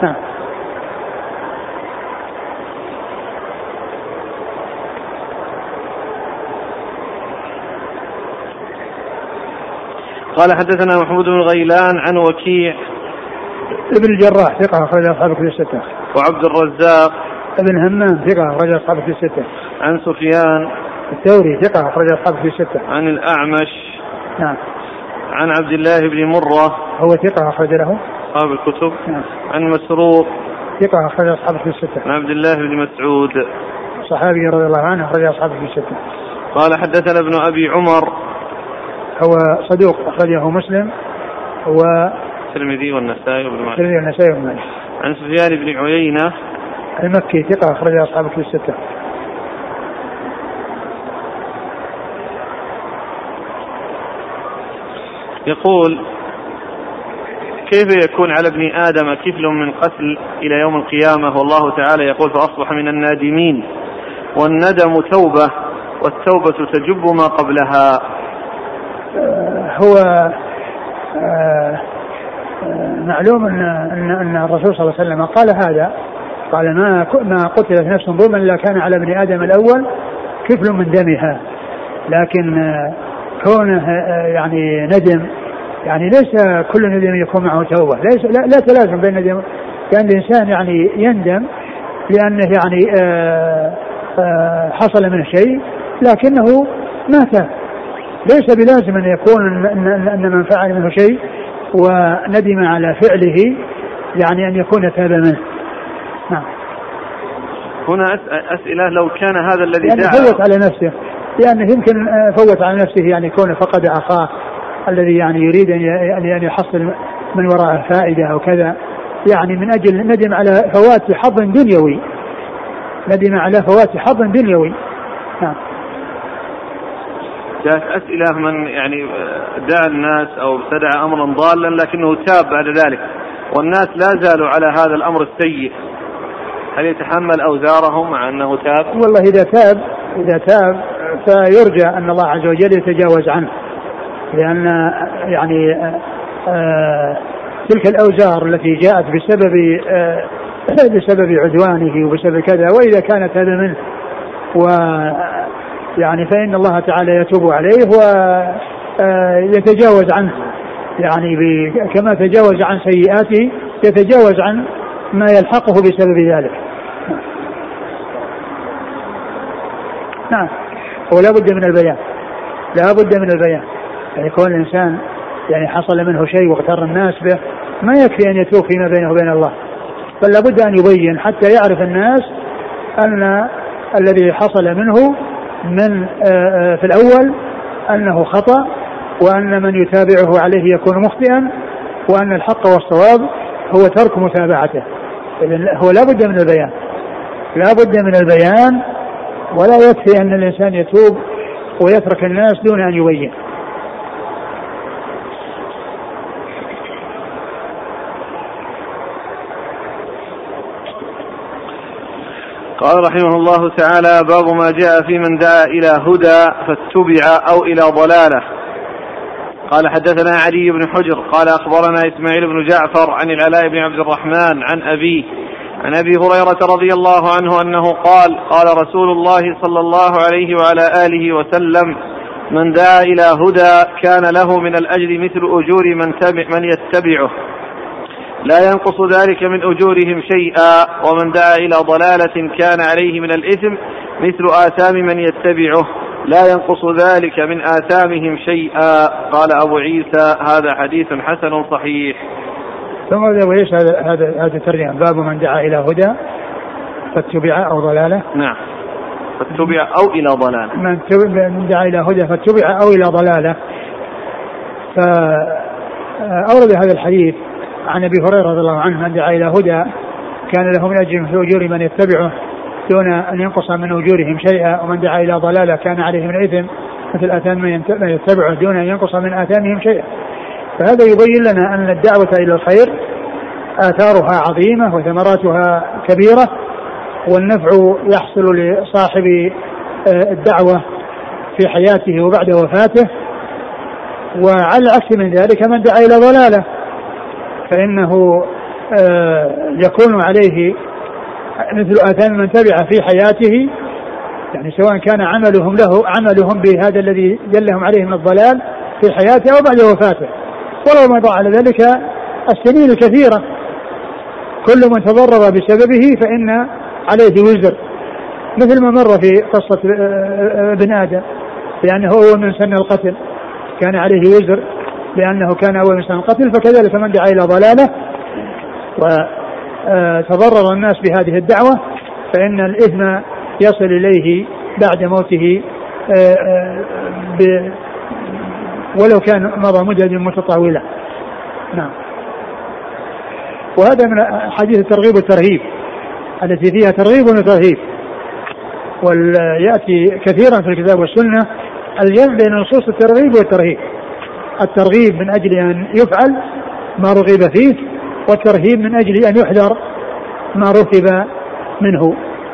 A: قال حدثنا محمود بن غيلان عن وكيع
B: ابن الجراح ثقة أخرج أصحاب الكتب الستة
A: وعبد الرزاق
B: ابن همام ثقة أخرج أصحاب الكتب الستة
A: عن سفيان
B: الثوري ثقة أخرج أصحاب الكتب الستة
A: عن الأعمش
B: نعم
A: عن عبد الله بن مرة
B: هو ثقة أخرج له
A: أصحاب الكتب
B: نعم
A: عن مسروق
B: ثقة أخرج أصحاب الكتب الستة
A: عن عبد الله بن مسعود
B: صحابي رضي الله عنه أخرج أصحاب الكتب الستة.
A: قال حدثنا ابن أبي عمر
B: هو صدوق أخرجه مسلم و
A: الترمذي والنسائي وابن ماجه
B: الترمذي والنسائي وابن ماجه.
A: عن سفيان بن عيينة
B: المكي ثقة أخرج أصحاب الكتب الستة.
A: يقول كيف يكون على ابن آدم كفل من قتل إلى يوم القيامة والله تعالى يقول فأصبح من النادمين والندم توبة والتوبة تجب ما قبلها.
B: هو معلوم أن, أن, أن الرسول صلى الله عليه وسلم قال هذا قال ما, ما قتلت نفس ظلما إلا كان على ابن آدم الأول كفل من دمها لكن كونه يعني ندم يعني ليس كل ندم يكون معه توبة ليس لا, لا تلازم بين ندم كان الإنسان يعني يندم لأنه يعني آآ آآ حصل منه شيء لكنه ما تاب ليس بلازم أن يكون أن, أن من فعل منه شيء وندم على فعله يعني أن يكون تاب منه. نعم.
A: هنا أسئلة لو كان هذا الذي
B: يعني فوت على نفسه لأنه يمكن فوت على نفسه يعني كونه فقد أخاه الذي يعني يريد أن يحصل من وراءه فائدة أو كذا يعني من أجل ندم على فوات حظ دنيوي ندم على فوات حظ دنيوي. نعم.
A: جاءت أسئلة من يعني دعا الناس أو ابتدع أمرا ضالا لكنه تاب بعد ذلك والناس لا زالوا على هذا الأمر السيء هل يتحمل أوزارهم مع أنه تاب؟
B: والله إذا تاب إذا تاب فيرجى أن الله عز وجل يتجاوز عنه لأن يعني آه تلك الأوزار التي جاءت بسبب آه بسبب عدوانه وبسبب كذا، وإذا كانت هذا منه و يعني فإن الله تعالى يتوب عليه ويتجاوز عنه، يعني كما تجاوز عن سيئاته يتجاوز عن ما يلحقه بسبب ذلك. نعم، ولا بد من البيان، لا بد من البيان. يعني كون الإنسان يعني حصل منه شيء واغتر الناس به، ما يكفي أن يتوب فيما بينه وبين الله، بل لا بد أن يبين حتى يعرف الناس أن الذي حصل منه من في الأول أنه خطأ، وأن من يتابعه عليه يكون مخطئا، وأن الحق والصواب هو ترك متابعته. إذن هو لا بد من البيان، لا بد من البيان، ولا يكفي أن الإنسان يتوب ويترك الناس دون أن يبين.
A: قال رحمه الله تعالى: باب ما جاء في من دعا إلى هدى فاتبع أو إلى ضلالة. قال: حدثنا علي بن حجر قال أخبرنا إسماعيل بن جعفر عن العلاء بن عبد الرحمن عن أبيه عن أبي هريرة رضي الله عنه أنه قال: قال رسول الله صلى الله عليه وعلى آله وسلم: من دعا إلى هدى كان له من الأجر مثل أجور من, من يتبعه لا ينقص ذلك من أجورهم شيئا، ومن دعا إلى ضلالة كان عليه من الإثم مثل آثام من يتبعه لا ينقص ذلك من آثامهم شيئا. قال أبو عيسى: هذا حديث حسن صحيح.
B: ثم وإيش هذا هذا هذا الترجمة؟ باب من دعا إلى هدى فاتبع أو ضلالة.
A: نعم، فاتبع أو إلى ضلالة.
B: من دعا إلى هدى فاتبع أو إلى ضلالة. فأورد هذا الحديث عن أبي هريرة رضي الله عنه: من دعا إلى هدى كان له من أجر مثل أجور من يتبعه دون أن ينقص من أجورهم شيئا، ومن دعا إلى ضلالة كان عليه من إثم مثل آثام من يتبعه دون أن ينقص من آثامهم شيئا. فهذا يبين لنا أن الدعوة إلى الخير آثارها عظيمة وثمراتها كبيرة، والنفع يحصل لصاحب الدعوة في حياته وبعد وفاته. وعلى العكس من ذلك من دعا إلى ضلالة فإنه يكون عليه مثل آثام من تبع في حياته، يعني سواء كان عملهم له عملهم بهذا الذي دلهم عليه من الضلال في حياته أو بعد وفاته، ولو مضى على ذلك السنين الكثيرة. كل من تضرر بسببه فإن عليه وزر، مثل ما مر في قصة ابن آدم لأنه أول من سن القتل كان عليه وزر لأنه كان أول من سن القتل، فكذلك من دعا إلى ضلالة وتضرر الناس بهذه الدعوة فإن الإثم يصل إليه بعد موته ولو كان مضى مدة متطاولة. نعم. وهذا من حديث الترغيب والترهيب التي فيها ترغيب وترهيب، ويأتي كثيرا في الكتاب والسنة الجمع بين نصوص الترغيب والترهيب. الترغيب من أجل أن يفعل ما رغب فيه، والترهيب من أجل أن يحذر ما رغب منه.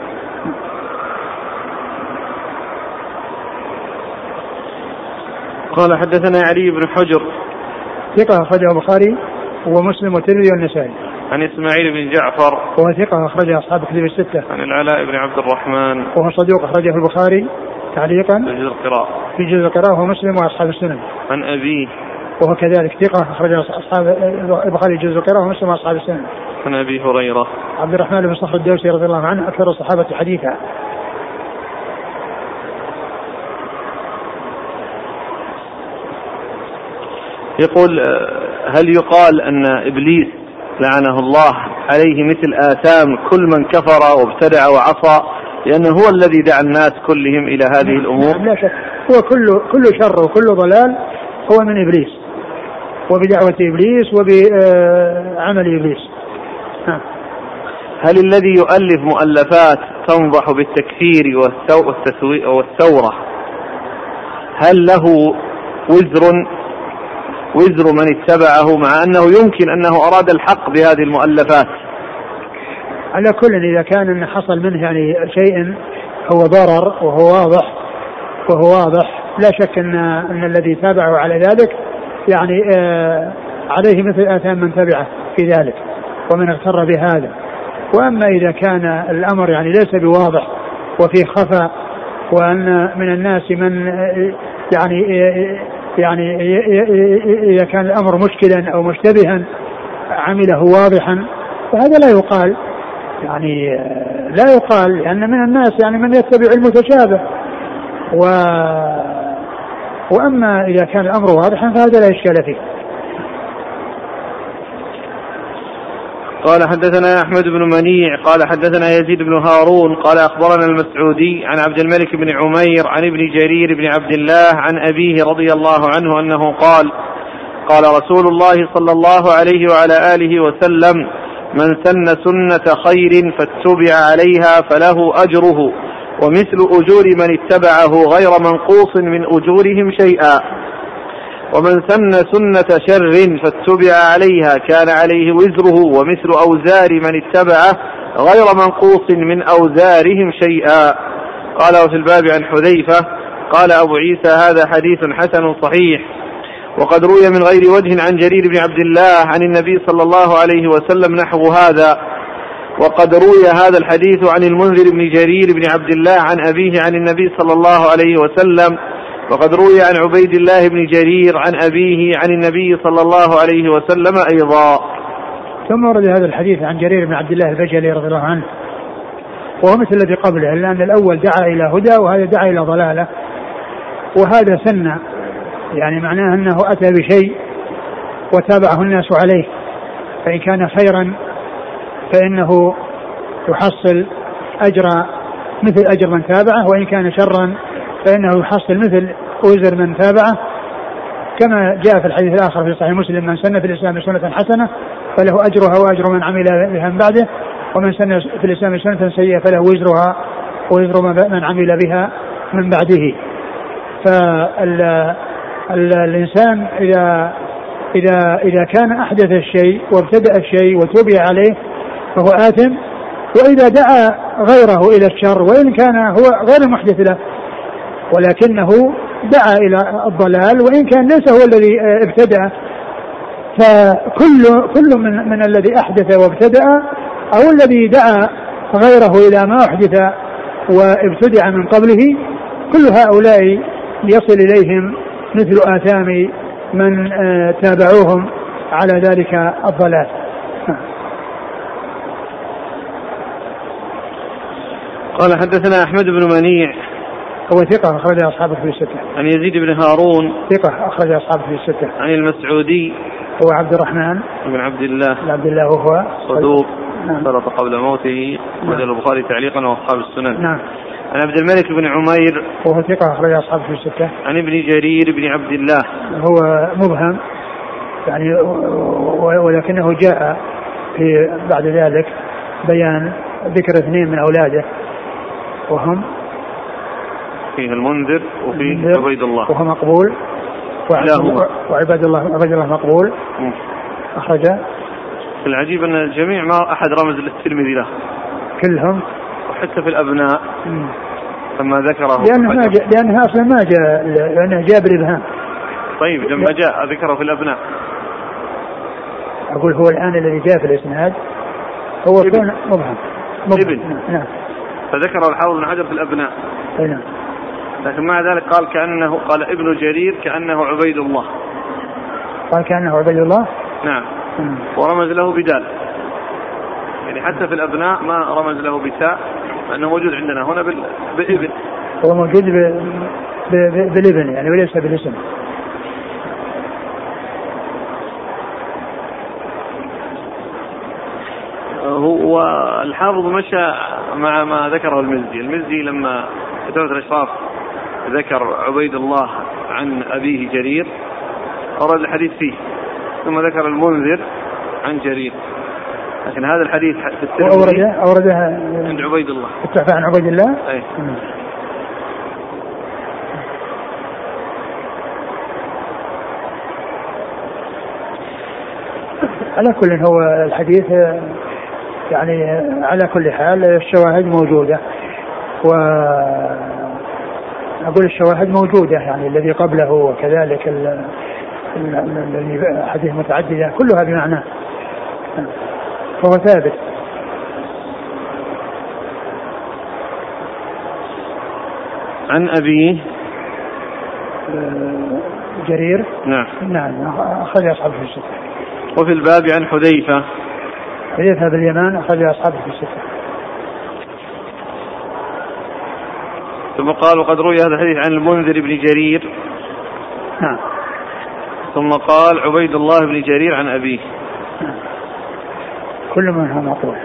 A: قال: حدثنا علي بن حجر
B: ثقة أخرجه البخاري ومسلم والترمذي والنسائي.
A: عن إسماعيل بن جعفر
B: وهو ثقة أخرجه أصحاب الكتب الستة.
A: عن العلاء بن عبد الرحمن
B: وهو صدوق أخرجه البخاري تعليقا
A: في جزء القراءة
B: في جزء القراءة وهو مسلم وأصحاب السنن.
A: عن أبيه
B: وهو كذلك ثقة أخرجه أصحاب البخاري جزء القراءة ومسلم وأصحاب السنن.
A: عن أبي هريرة
B: عبد الرحمن بن صخر الدوسي رضي الله عنه أكثر الصحابة حديثا.
A: يقول: هل يقال أن إبليس لعنه الله عليه مثل آثام كل من كفر وابتدع وعصى، لأنه هو الذي دعا الناس كلهم إلى هذه الأمور؟
B: لا شك، هو كل كل شر وكل ضلال هو من إبليس وبدعوة إبليس وبعمل إبليس.
A: هل الذي يؤلف مؤلفات تنضح بالتكفير والثورة هل له وزر وزر من اتبعه، مع أنه يمكن أنه أراد الحق بهذه المؤلفات؟
B: على كل إذا كان أن حصل منه يعني شيء هو ضرر وهو واضح وهو واضح لا شك أن, أن الذي تابعه على ذلك يعني آآ عليه مثل آثام من تبعه في ذلك ومن اغتر بهذا. وأما إذا كان الأمر يعني ليس بواضح وفيه خفاء، وأن من الناس من يعني يعني إذا كان الأمر مشكلا أو مشتبها عمله واضحا، فهذا لا يقال، يعني لا يقال، لأن من الناس يعني من يتبع المتشابه. و وأما إذا كان الأمر واضحا فهذا لا إشكال فيه.
A: قال حدثنا أحمد بن منيع قال حدثنا يزيد بن هارون قال أخبرنا المسعودي عن عبد الملك بن عمير عن ابن جرير بن عبد الله عن أبيه رضي الله عنه أنه قال قال رسول الله صلى الله عليه وعلى آله وسلم: من سن سنة خير فاتبع عليها فله أجره ومثل أجور من اتبعه غير منقوص من أجورهم شيئا، ومن سن سنة شر فاتبع عليها كان عليه وزره ومثل أوزار من اتبعه غير منقوص من أوزارهم شيئا. قال: وفي الباب عن حذيفة. قال أبو عيسى: هذا حديث حسن صحيح، وقد روي من غير وجه عن جرير بن عبد الله عن النبي صلى الله عليه وسلم نحو هذا، وقد روي هذا الحديث عن المنذر بن جرير بن عبد الله عن أبيه عن النبي صلى الله عليه وسلم، وقد روي عن عبيد الله بن جرير عن أبيه عن النبي صلى الله عليه وسلم أيضا.
B: ثم ورد هذا الحديث عن جرير بن عبد الله البجلي رضي الله عنه، وهو مثل الذي قبله، لأن الأول دعا إلى هدى وهذا دعا إلى ضلالة، وهذا سنة، يعني معناه أنه أتى بشيء وتابعه الناس عليه، فإن كان خيرا فإنه يحصل أجر مثل أجر من تابعه، وإن كان شرا فإنه يحصل مثل أجر من تابعه، كما جاء في الحديث الآخر في صحيح مسلم: من سن في الإسلام سنة حسنة فله أجرها وأجر من عمل بها من بعده، ومن سن في الإسلام سنة سيئة فله وزرها ووزر من عمل بها من بعده. فالإنسان إذا إذا إذا كان أحدث الشيء وابتدأ الشيء وتوبي عليه فهو آثم، وإذا دعا غيره إلى الشر وإن كان هو غير محدث له ولكنه دعا إلى الضلال وإن كان ليس هو الذي ابتدأ، فكل كل من, من الذي أحدث وابتدأ أو الذي دعا غيره إلى ما أحدث وابتدع من قبله، كل هؤلاء يصل إليهم مثل آثام من تابعوهم على ذلك الضلال.
A: قال حدثنا أحمد بن منيع
B: هو ثقة أخرج أصحابه في الستة.
A: عن يزيد بن هارون
B: ثقة أخرج أصحابه في الستة.
A: عن المسعودي
B: هو عبد الرحمن
A: بن عبد الله
B: بن عبد الله وهو
A: صدوق سقط قبل موته، أخرج البخاري تعليقا وأصحاب السنن.
B: نعم.
A: عن عبد الملك بن عمير
B: وهو ثقة أخرج أصحابه في الستة.
A: عن ابن جرير بن عبد الله
B: هو مبهم يعني، ولكنه جاء في بعد ذلك بيان ذكر اثنين من أولاده وهم
A: فيه المنذر وفيه عبيد الله
B: وهو مقبول، وعباد الله عبد الله مقبول أخرج.
A: العجيب أن الجميع ما أحد رمز للترمذي له
B: كلهم،
A: وحتى في الأبناء لما ذكره
B: لأنه, ما جاء لأنه أصلا ما جاء لأنه جاء بالإبهام.
A: طيب لما جاء ذكره في الأبناء،
B: أقول هو الآن الذي جاء في الإسناد هو كان مبهم
A: ابن.
B: نعم.
A: فذكره الحافظ بن حجر في الأبناء.
B: نعم.
A: لكن مع ذلك قال كأنه قال ابن جرير كأنه عبيد الله،
B: قال كأنه عبيد الله.
A: نعم. م. ورمز له بدال، يعني حتى في الأبناء ما رمز له بتاء، لأنه موجود عندنا هنا بالابن.
B: هو موجود بالابن يعني وليس بالاسم.
A: هو الحافظ مشى مع ما ذكره المزي. المزي لما كتبت الأشراف ذكر عبيد الله عن أبيه جرير أورد الحديث فيه، ثم ذكر المنذر عن جرير، لكن هذا الحديث في الترمذي
B: أوردها
A: عند عبيد الله،
B: اتفق عن عبيد الله.
A: أي.
B: على كل هو الحديث يعني على كل حال الشواهد موجودة، وأقول الشواهد موجودة يعني الذي قبله وكذلك الحديث متعددة كلها بمعنى، فهو ثابت.
A: عن أبيه
B: جرير
A: نعم
B: نعم أخرج أصحابه في الستة.
A: وفي الباب عن حذيفة
B: حذيفة باليمان أخرج أصحابه في الستة.
A: ثم قال وقد روي هذا الحديث عن المنذر بن جرير
B: نعم.
A: ثم قال عبيد الله بن جرير عن أبيه
B: نعم. كل منها مقطوع.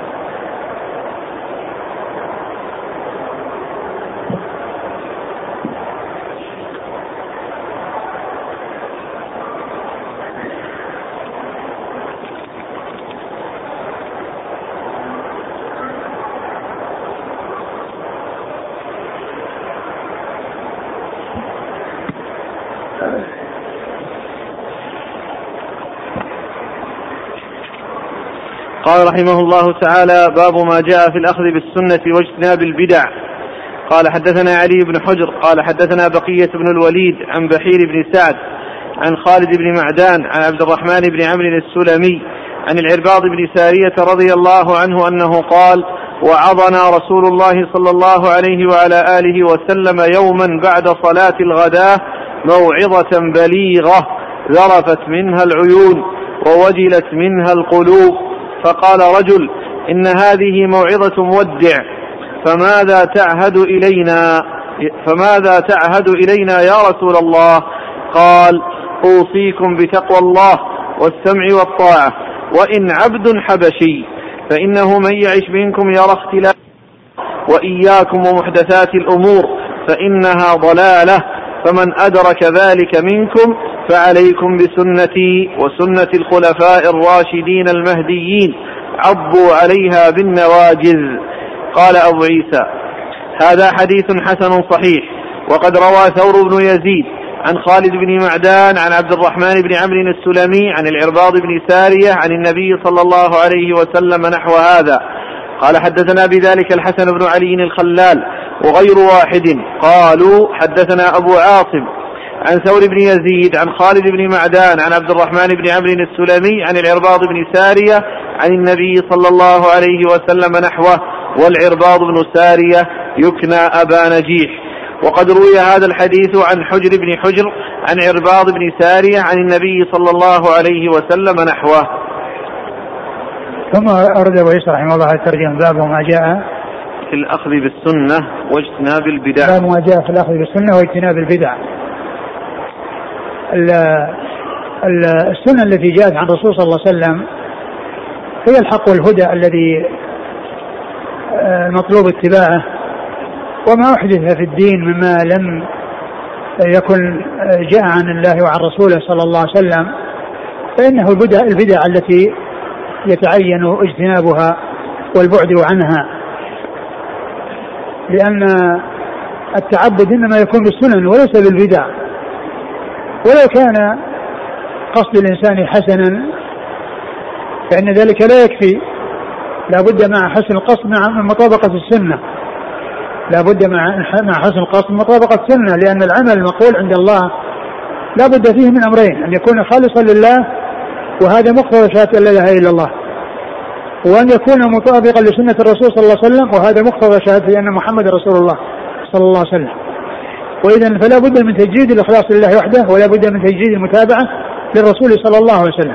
A: قال رحمه الله تعالى باب ما جاء في الأخذ بالسنة واجتناب البدع. قال حدثنا علي بن حجر قال حدثنا بقية بن الوليد عن بحير بن سعد عن خالد بن معدان عن عبد الرحمن بن عمرو السلمي عن العرباض بن سارية رضي الله عنه أنه قال وعظنا رسول الله صلى الله عليه وعلى آله وسلم يوما بعد صلاة الغداة موعظة بليغة ذرفت منها العيون ووجلت منها القلوب، فقال رجل إن هذه موعظة مودع فماذا تعهد إلينا فماذا تعهد إلينا يا رسول الله؟ قال أوصيكم بتقوى الله والسمع والطاعة وإن عبد حبشي فإنه من يعش منكم يرى اختلاف وإياكم ومحدثات الأمور فإنها ضلالة فمن أدرك ذلك منكم فعليكم بسنتي وسنة الخلفاء الراشدين المهديين عضوا عليها بالنواجذ. قال أبو عيسى هذا حديث حسن صحيح. وقد روى ثور بن يزيد عن خالد بن معدان عن عبد الرحمن بن عمرو السلمي عن العرباض بن سارية عن النبي صلى الله عليه وسلم نحو هذا. قال حدثنا بذلك الحسن بن علي الخلال وغير واحد قالوا حدثنا أبو عاصم عن ثور بن يزيد عن خالد بن معدان عن عبد الرحمن بن عمرو السلمي عن العرباض بن سارية عن النبي صلى الله عليه وسلم نحوه، والعرباض بن سارية يكنى أبا نجيح. وقد روي هذا الحديث عن حجر بن حجر عن عرباض بن سارية عن النبي صلى الله عليه وسلم نحوه.
B: ثم أرد أبو عيسى رحمه الله الترجمة باب ما جاء
A: في الأخذ بالسنة واجتناب البدع.
B: باب ما جاء في الأخذ بالسنة واجتناب البدع. السنة التي جاءت عن الرسول صلى الله عليه وسلم هي الحق والهدى الذي مطلوب اتباعه، وما أحدث في الدين مما لم يكن جاء عن الله وعن رسوله صلى الله عليه وسلم فإنه البدع, البدع التي يتعين اجتنابها والبعد عنها، لأن التعبد إنما يكون بالسنن وليس بالبدع. ولو كان قصد الإنسان حسنا فإن ذلك لا يكفي، لا بد مع حسن القصد مع مطابقة السنة، لا بد مع مع حسن القصد مطابقة السنة، لأن العمل المقبول عند الله لا بد فيه من أمرين: أن يكون خالصا لله وهذا مقتضى شهادة لا إله إلا الله، وأن يكون مطابقا لسنة الرسول صلى الله عليه وسلم وهذا مقتضى شهادة أن محمد رسول الله صلى الله عليه وسلم. وإذن فلا بد من تجديد الإخلاص لله وحده ولا بد من تجديد المتابعة للرسول صلى الله عليه وسلم.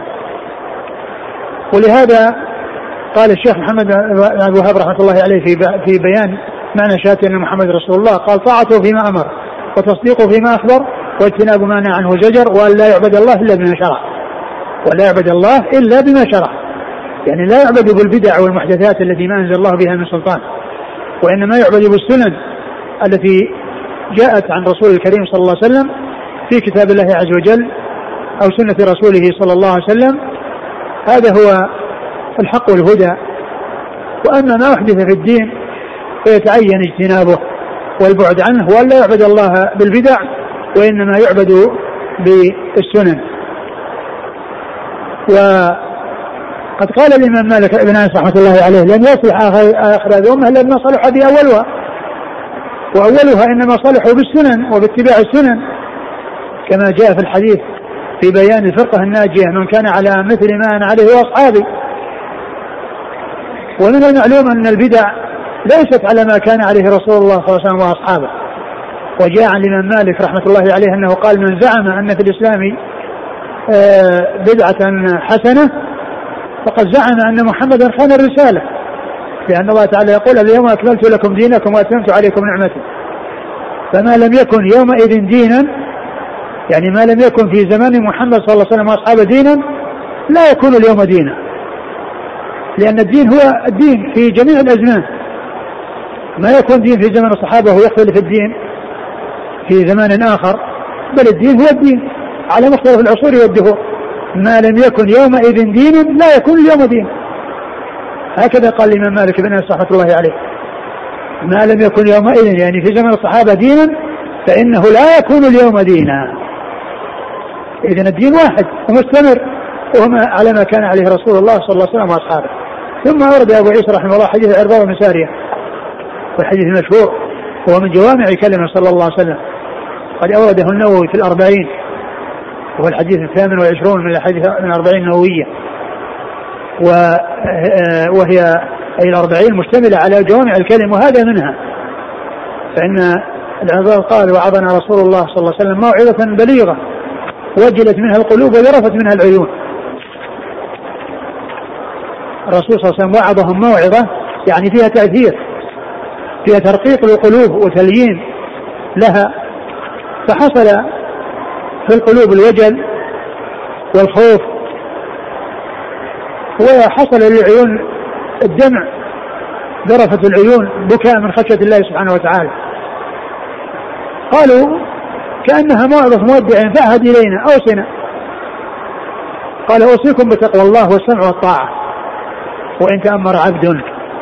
B: ولهذا قال الشيخ محمد بن عبد الوهاب رحمة الله عليه في في بيان معنى شهادة أن محمد رسول الله قال: طاعته فيما أمر وتصديقه فيما أخبر واجتناب ما نهى عنه زجر، وأن لا يعبد الله إلا بما شرع، ولا يعبد الله إلا بما شرع، يعني لا يعبد بالبدع والمحدثات التي ما أنزل الله بها من سلطان، وإنما يعبد بالسنن التي جاءت عن رسول الكريم صلى الله عليه وسلم في كتاب الله عز وجل أو سنة رسوله صلى الله عليه وسلم. هذا هو الحق والهدى. وأما ما أحدث في الدين فيتعين اجتنابه والبعد عنه، وأن لا يعبد الله بالبدع وإنما يعبد بالسنن. وقد قال الإمام مالك ابن أنس رحمة الله عليه: لم يصلح آخر هذه الأمة إلا ما صلح به أولها، وأولها إنما صلحوا بالسنن وباتباع السنن، كما جاء في الحديث في بيان الفرقة الناجية من كان على مثل ما أنا عليه وأصحابي. ومن المعلوم أن البدع ليست على ما كان عليه رسول الله صلى الله عليه وسلم وأصحابه. وجاء عن الإمام مالك رحمة الله عليه أنه قال: من زعم أن في الإسلام بدعة حسنة فقد زعم أن محمدا خان الرسالة، لأن الله تعالى يقول: اليوم أكملت لكم دينكم وأتممت عليكم نعمتي. فما لم يكن يومئذ دينا، يعني ما لم يكن في زمان محمد صلى الله عليه وسلم وأصحابه دينا، لا يكون اليوم دينا، لأن الدين هو الدين في جميع الأزمان. ما يكون دين في زمن الصحابة ويختلف الدين في زمان آخر، بل الدين هو الدين على مختلف العصور والدهور. ما لم يكن يومئذ دينا لا يكون اليوم دين. هكذا قال الإمام مالك بن أنس رحمة الله عليه: ما لم يكن يومئذ، يعني في زمن الصحابة دينا، فإنه لا يكون اليوم دينا. إذن الدين واحد ومستمر، وهو على ما كان عليه رسول الله صلى الله عليه وسلم وأصحابه. ثم أورد أبو عيسى رحمه الله حديث العرباض بن سارية، والحديث المشهور وهو من جوامع كلمة صلى الله عليه وسلم، قد أورده النووي في الأربعين، وهو الحديث الثامن والعشرون من الحديث من الأربعين النووية، وهي أي الأربعين مشتملة على جوامع الكلم، وهذا منها. فإن العرباض قال: وعظنا رسول الله صلى الله عليه وسلم موعظة بليغة وجلت منها القلوب وذرفت منها العيون. الرسول صلى الله عليه وسلم وعظهم موعظة يعني فيها تأثير، فيها ترقيق للقلوب وتليين لها، فحصل في القلوب الوجل والخوف، وحصل للعيون الدمع، ذرفت العيون بكاء من خشية الله سبحانه وتعالى. قالوا: كأنها موعظة مودع فأهد إلينا أوصنا. قال: أوصيكم بتقوى الله والسمع والطاعة، وإن تأمر عبد.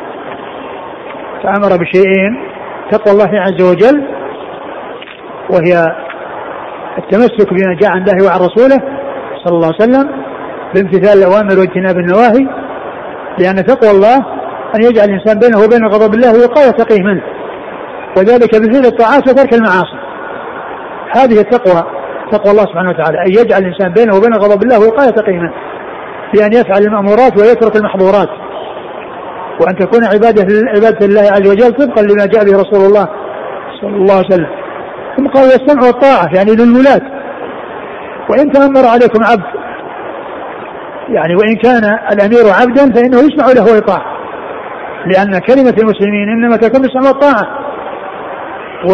B: فأمر بشيئين: تقوى الله عز وجل، وهي التمسك بما جاء عن الله وعن رسوله صلى الله عليه وسلم بامتثال الأوامر واجتناب النواهي، لأن تقوى الله أن يجعل الإنسان بينه وبين غضب الله وقاية تقيه منه، وذلك بفعل الطاعات وترك المعاصي. هذه التقوى، تقوى الله سبحانه وتعالى، أن يجعل الإنسان بينه وبين غضب الله وقاية تقيه منه، بأن يفعل المأمورات ويترك المحظورات، وأن تكون عبادة عبادة الله عز وجل طبقا لما جاء به رسول الله صلى الله عليه وسلم. ثم قال: السمع والطاعة يعني للولاة. وإن تأمر عليكم عبد، يعني وإن كان الأمير عبدا فإنه يسمع له ويطاع، لأن كلمة المسلمين إنما تكون بالسمع والطاعة، و...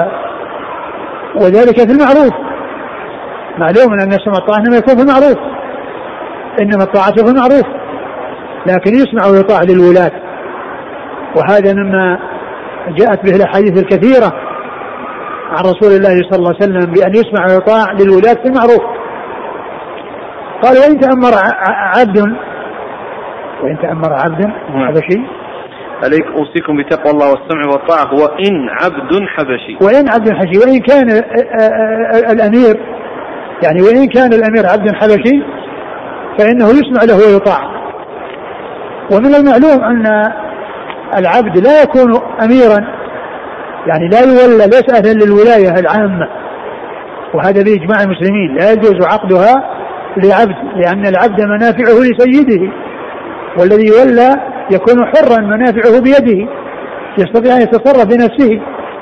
B: وذلك في المعروف. معلوم أن السمع والطاعة إنما يكون في المعروف، إنما الطاعة في المعروف، لكن يسمع ويطاع للولاة. وهذا مما جاءت به الأحاديث الكثيرة عن رسول الله صلى الله عليه وسلم بأن يسمع ويطاع للولاة في المعروف. قال: وإن تأمر عبد، وإن تأمر عبد هذا شيء
A: عليك أوصيكم بتقوى الله والسمع والطاعة، وإن عبد حبشي،
B: وإن عبد حبشي، وإن كان الأمير، يعني وإن كان الأمير عبد حبشي فإنه يسمع له ويطاع. ومن المعلوم أن العبد لا يكون أميرا، يعني لا يولى، ليس أهلا للولاية العامة، وهذا بإجماع المسلمين لا يجوز عقدها لعبد، لأن العبد منافعه لسيده، والذي يولى يكون حرا منافعه بيده، يستطيع أن يتصرف بنفسه.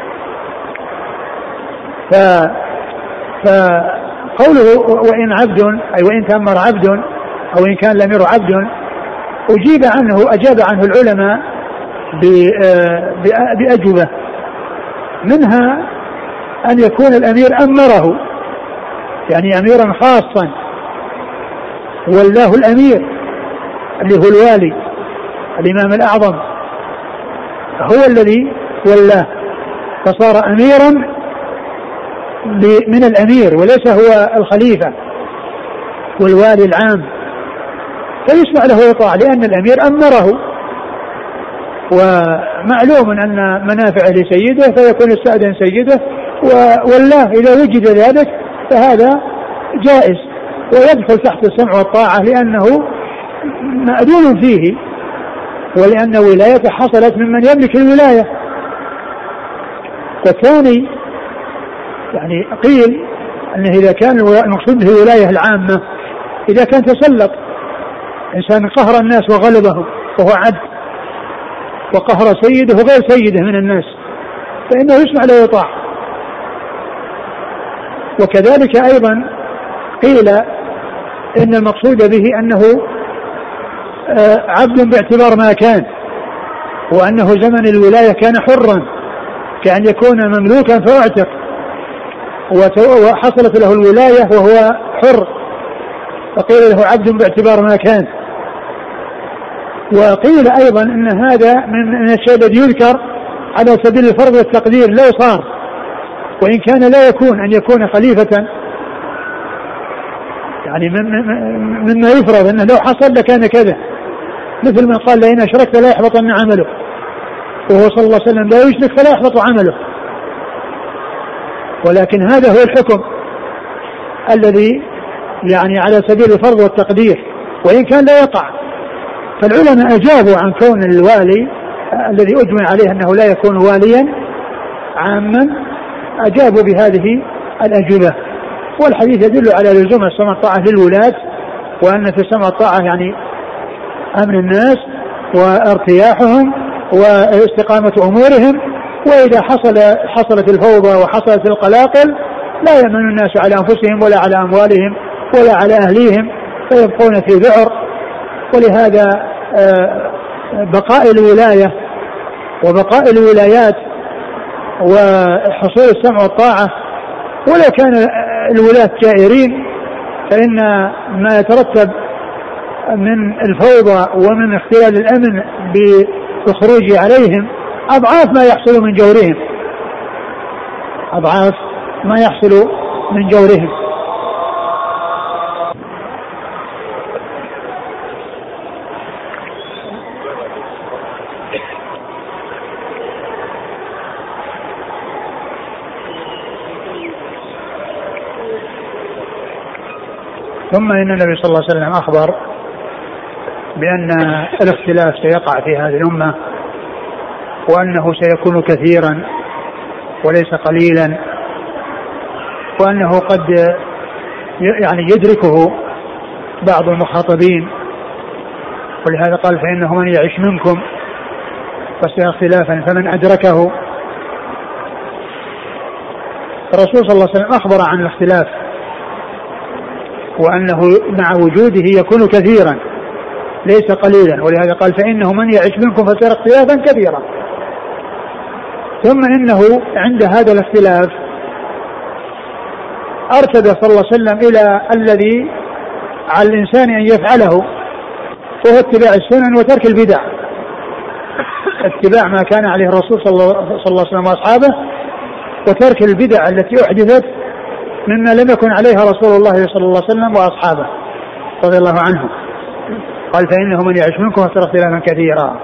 B: ف... فقوله وإن عبد، أي وإن تأمر عبد، أو إن كان الأمير عبد، أجيب عنه أجاب عنه العلماء بأجوبة، منها أن يكون الأمير أمره، يعني أميرا خاصا، والله الأمير اللي هو الوالي الإمام الأعظم هو الذي ولاه، فصار أميرا من الأمير وليس هو الخليفة والوالي العام، فيسمع له ويطاع لأن الأمير أمره. ومعلوم أن منافع لسيده فيكون استأذن سيده والله إذا وجد ذلك فهذا جائز ويدخل تحت السمع والطاعة، لأنه مأذون فيه، ولأن ولايته حصلت ممن يملك الولاية. والثاني يعني قيل أنه إذا كان المقصود به الولاية العامة إذا كان تسلط إنسان قهر الناس وغلبهم وهو عبد وقهر سيده وغير سيده من الناس فإنه يسمع له يطاع. وكذلك أيضا قيل إن المقصود به أنه عبد باعتبار ما كان، وأنه زمن الولاية كان حرا كأن يكون مملوكا فاعتق وحصلت له الولاية وهو حر فقيل له عبد باعتبار ما كان. وقيل أيضا أن هذا من الشيء الذي يذكر على سبيل الفرض والتقدير لو صار، وإن كان لا يكون أن يكون خليفة يعني مما يفرض أنه لو حصل لكان كذا، مثل من قال لئن أشركت لا يحبطن عمله، وهو صلى الله عليه وسلم لا يشرك فلا يحبط عمله. ولكن هذا هو الحكم الذي يعني على سبيل الفرض والتقدير وإن كان لا يقع. فالعلماء أجابوا عن كون الوالي الذي أجمع عليه أنه لا يكون واليا عاما، أجابوا بهذه الأجوبة. والحديث يدل على لزوم السمع الطاعة للولاة، وأن في السمع الطاعة يعني أمن الناس وارتياحهم واستقامة أمورهم. وإذا حصل حصلت الفوضى وحصلت القلاقل لا يأمن الناس على أنفسهم ولا على أموالهم ولا على أهليهم فيبقون في ذعر. ولهذا بقاء الولاية وبقاء الولايات وحصول السمع والطاعة ولو كان الولاة جائرين فإن ما يترتب من الفوضى ومن اختلال الأمن بالخروج عليهم أضعاف ما يحصل من جورهم، أضعاف ما يحصل من جورهم. ثم إن النبي صلى الله عليه وسلم أخبر بأن الاختلاف سيقع في هذه الأمة، وأنه سيكون كثيرا وليس قليلا، وأنه قد يعني يدركه بعض المخاطبين. ولهذا قال فإنه من يعيش منكم فسيرى اختلافا فمن أدركه. الرسول صلى الله عليه وسلم أخبر عن الاختلاف وأنه مع وجوده يكون كثيرا ليس قليلا، ولهذا قال فإنه من يعيش منكم فسيرى اختلافا كثيرا. ثم إنه عند هذا الاختلاف أرشد صلى الله عليه وسلم إلى الذي على الإنسان أن يفعله، وهو اتباع السنن وترك البدع، اتباع ما كان عليه الرسول صلى الله عليه وسلم وأصحابه وترك البدع التي أحدثت مما لم يكن عليها رسول الله صلى الله عليه وسلم وأصحابه رضي الله عنهم. قال فإنه من يعيش منكم فسيرى اختلافا كثيرا.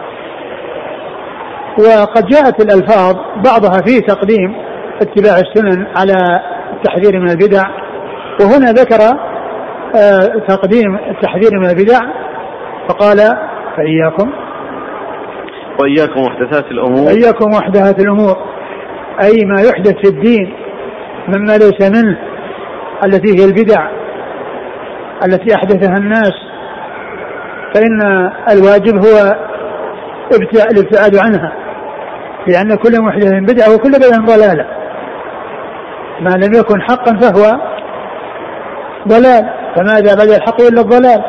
B: وقد جاءت الألفاظ بعضها فيه تقديم اتباع السنن على التحذير من البدع، وهنا ذكر آه تقديم التحذير من البدع فقال فإياكم
A: وإياكم محدثات الأمور
B: وإياكم محدثات الأمور، أي ما يحدث في الدين مما ليس منه، التي هي البدع التي أحدثها الناس، فإن الواجب هو الابتعاد عنها، لأن كل محدث بدعة وكل بدعة ضلالة، ما لم يكن حقا فهو ضلال، فماذا بعد الحق إلا الضلال.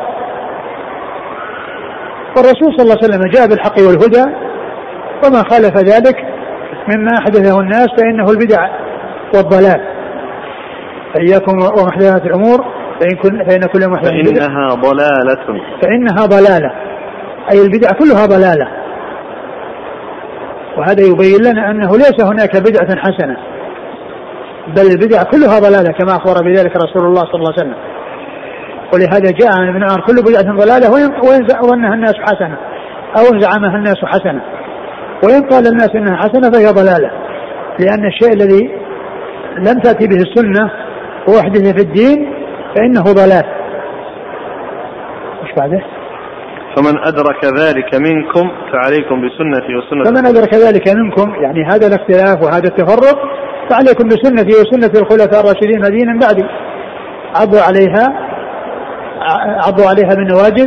B: والرسول صلى الله عليه وسلم جاء بالحق والهدى، وما خالف ذلك مما أحدثه الناس فإنه البدع والضلال. فإياكم ومحدثات الأمور فإن, كل فإن كل محدث
A: فإنها ضلالة
B: فإنها ضلالة أي البدع كلها ضلالة. وهذا يبين لنا أنه ليس هناك بدعة حسنة، بل البدع كلها ضلالة كما أخبر بذلك رسول الله صلى الله عليه وسلم. ولهذا جاء عن ابن عمر كل بدعة ضلالة وإن ظنها الناس حسنة أو زعمها الناس حسنة، وإن قال الناس إنها حسنة فهي ضلالة، لأن الشيء الذي لم تأتي به السنة وحدث في الدين فإنه ضلال. إيش بعده؟
A: فمن أدرك ذلك منكم فعليكم بسنتي وسنة
B: فمن أدرك ذلك منكم، يعني هذا الاختلاف وهذا التفرق فعليكم بسنتي وسنة الخلفاء الراشدين المهديين من بعدي عضوا عليها عضوا عليها بالنواجذ.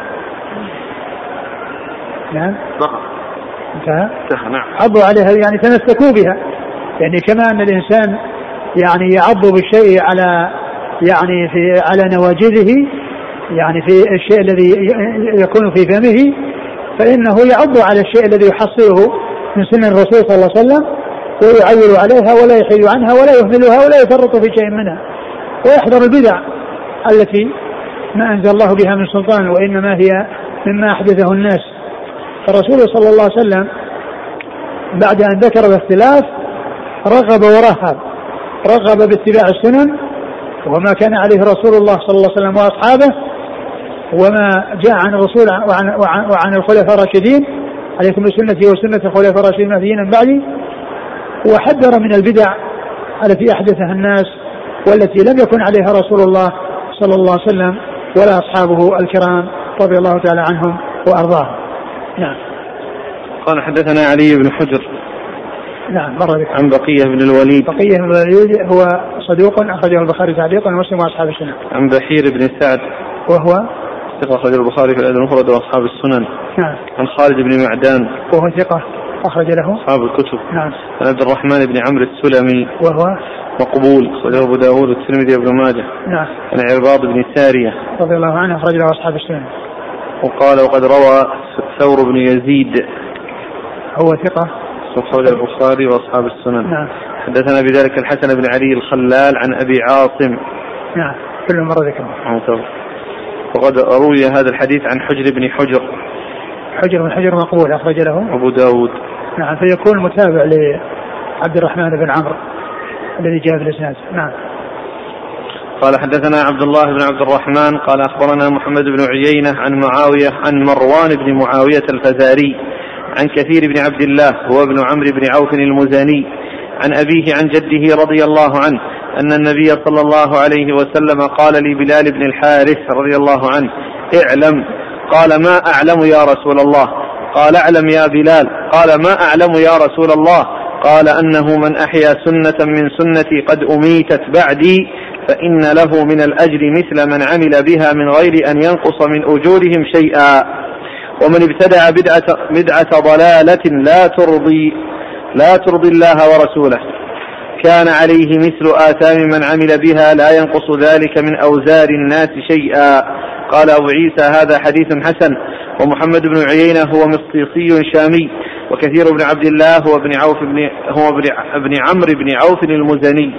B: نعم انتهى. عضوا عليها يعني تمسكوا بها، يعني كما أن الإنسان يعني يعض بالشيء على يعني في على نواجذه، يعني في الشيء الذي يكون في فمه، فإنه يعض على الشيء الذي يحصله من سنة الرسول صلى الله عليه وسلم، ويعول عليها ولا يحيد عنها ولا يهملها ولا يفرط في شيء منها، ويحذر البدع التي ما أنزل الله بها من سلطان وإنما هي مما أحدثه الناس. فالرسول صلى الله عليه وسلم بعد أن ذكر الاختلاف رغب ورهب، رغب باتباع السنن وما كان عليه رسول الله صلى الله عليه وسلم وأصحابه وما جاء عن الرسول وعن, وعن, وعن الخلفاء الراشدين، عليكم بسنتي وسنة الخلفاء الراشدين المهديين من بعدي، وحذر من البدع التي أحدثها الناس والتي لم يكن عليها رسول الله صلى الله عليه وسلم ولا أصحابه الكرام رضي الله تعالى عنهم وأرضاهم. نعم.
A: قال حدثنا علي بن حجر.
B: نعم مرة ذكر.
A: عن بقية بن الوليد.
B: بقية بن الوليد هو صدوق أخرجه البخاري تعليقا ومسلم وأصحاب السنن.
A: عن بحير بن سعد
B: وهو
A: ثقة أخرج البخاري في الأدب المفرد وأصحاب السنن.
B: نعم.
A: عن خالد بن معدان
B: وهو ثقة أخرج له
A: أصحاب الكتب.
B: نعم.
A: عن عبد الرحمن بن عمرو السلمي
B: وهو
A: مقبول أخرجه أبو داود والترمذي وابن ماجه.
B: نعم.
A: عن عرباض بن سارية
B: رضي الله عنه أخرج له أصحاب السنن.
A: وقال وقد روى ثور بن يزيد
B: هو ثقة
A: أخرج البخاري وأصحاب السنن.
B: نعم.
A: حدثنا بذلك الحسن بن علي الخلال عن أبي عاصم.
B: نعم كل مرة ذكره.
A: وقد روي هذا الحديث عن حجر بن حجر.
B: حجر بن حجر مقبول أخرج له
A: أبو داود.
B: نعم فيكون متابع لعبد الرحمن بن عمرو الذي جاء في الإسناد. نعم.
A: قال حدثنا عبد الله بن عبد الرحمن قال أخبرنا محمد بن عيينة عن معاوية عن مروان بن معاوية الفزاري عن كثير بن عبد الله هو ابن عمرو بن عوف المزني عن أبيه عن جده رضي الله عنه أن النبي صلى الله عليه وسلم قال لبلال بن الحارث رضي الله عنه اعلم. قال ما أعلم يا رسول الله؟ قال اعلم يا بلال. قال ما أعلم يا رسول الله؟ قال أنه من أحيا سنة من سنتي قد أميتت بعدي فإن له من الأجر مثل من عمل بها من غير أن ينقص من أجورهم شيئا، ومن ابتدع بدعة, بدعة ضلالة لا ترضي لا ترضي الله ورسوله كان عليه مثل آثام من عمل بها لا ينقص ذلك من أوزار الناس شيئا. قال أبو عيسى هذا حديث حسن. ومحمد بن عيينة هو مصيصي شامي، وكثير بن عبد الله هو ابن عوف بن هو ابن عمرو بن عوف المزني.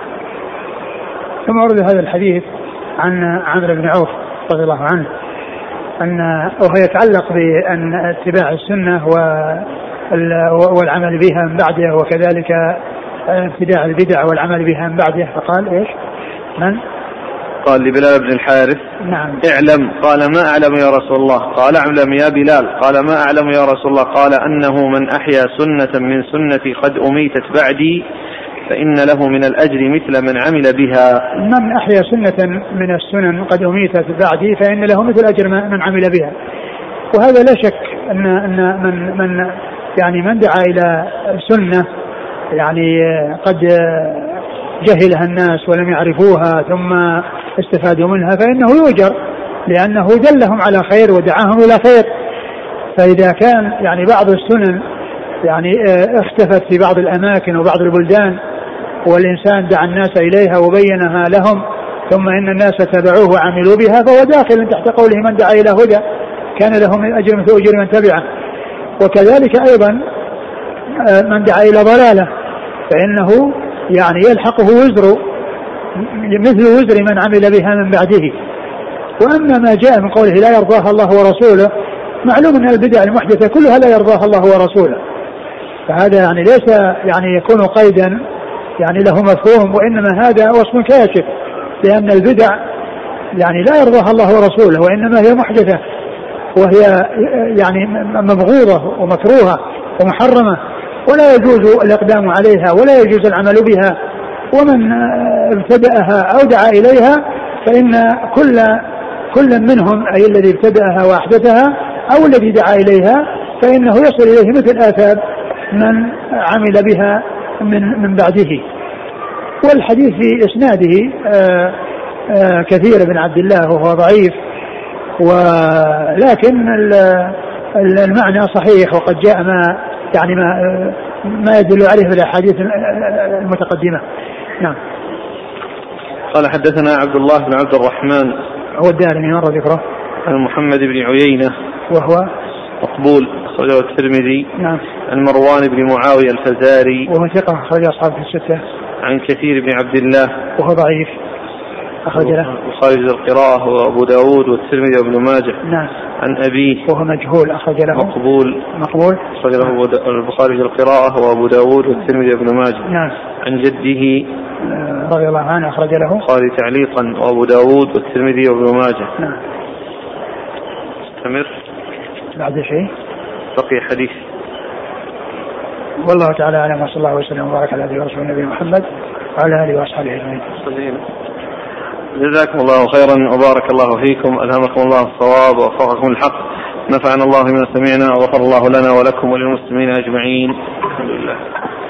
B: ثم ورد هذا الحديث عن عمرو بن عوف رضي الله عنه أن وهو يتعلق بأن اتباع السنة والعمل بها من بعده، وكذلك ابتداع البدع والعمل بها من بعده. فقال ايش؟ من؟
A: قال لبلال بن الحارث
B: نعم
A: اعلم. قال ما أعلم يا رسول الله؟ قال اعلم يا بلال. قال ما أعلم يا رسول الله؟ قال أنه من أحيا سنة من سنتي قد أميتت بعدي فإن له من الأجر مثل من عمل بها.
B: من أحيا سنة من السنن قد أميتت بعدي فإن له مثل أجر من عمل بها. وهذا لا شك أن أن من من يعني من دعا إلى سنة يعني قد جهلها الناس ولم يعرفوها ثم استفادوا منها فإنه يؤجر، لأنه دلهم على خير ودعاهم إلى خير. فإذا كان يعني بعض السنن يعني اختفت في بعض الأماكن وبعض البلدان والإنسان دعا الناس إليها وبينها لهم ثم إن الناس تبعوه وعملوا بها فهو داخل تحت قوله من دعا إلى هدى كان له من أجر مثل أجر من تبعه. وكذلك أيضا من دعا إلى ضلالة فإنه يعني يلحقه وزر مثل وزر من عمل بها من بعده. وأما ما جاء من قوله لا يرضاها الله ورسوله، معلوم أن البدع المحدثة كلها لا يرضاها الله ورسوله، فهذا يعني ليس يعني يكون قيدا يعني له مفهوم، وإنما هذا وصف كاشف، لأن البدع يعني لا يرضاها الله ورسوله وإنما هي محدثة وهي يعني مبغوضة ومكروهة ومحرمة ولا يجوز الإقدام عليها ولا يجوز العمل بها. ومن ابتدأها أو دعا إليها فإن كل كل منهم أي الذي ابتدأها وأحدثها أو الذي دعا إليها فإنه يصل إليه مثل آثاب من عمل بها من من بعده. والحديث في إسناده آآ آآ كثير بن عبد الله وهو ضعيف، ولكن المعنى صحيح، وقد جاء ما يعني ما ما يدل عليه في الأحاديث المتقدمة. نعم.
A: قال حدثنا عبد الله بن عبد الرحمن
B: هو الدارمي مر ذكره.
A: عن محمد بن عيينة
B: وهو
A: مقبول أخرجه الترمذي.
B: نعم.
A: عن مروان بن معاوية الفزاري
B: وهو ثقة أخرج أصحاب في الستة.
A: عن كثير بن عبد الله
B: وهو ضعيف أخرج له
A: البخاري القراءة وأبو داود والترمذي وابن ماجه.
B: نعم.
A: عن أبيه
B: وهو مجهول أخرج له.
A: مقبول
B: مقبول
A: أخرج له البخاري القراءة وأبو داود والترمذي وابن ماجه.
B: نعم.
A: عن جده
B: رضي الله عنه أخرج له
A: البخاري تعليقا وأبو داود والترمذي وابن ماجه.
B: نعم.
A: استمر
B: بعد شيء
A: بقي حديث.
B: والله تعالى أعلم، وصلى الله وسلم وبارك على عبده ورسوله نبينا محمد وعلى آله وأصحابه أجمعين.
A: جزاكم الله خيرا وبارك الله فيكم، ألهمكم الله الصواب ووفقكم الحق، نفعنا الله بما سمعنا وغفر الله لنا ولكم وللمسلمين أجمعين. الحمد لله.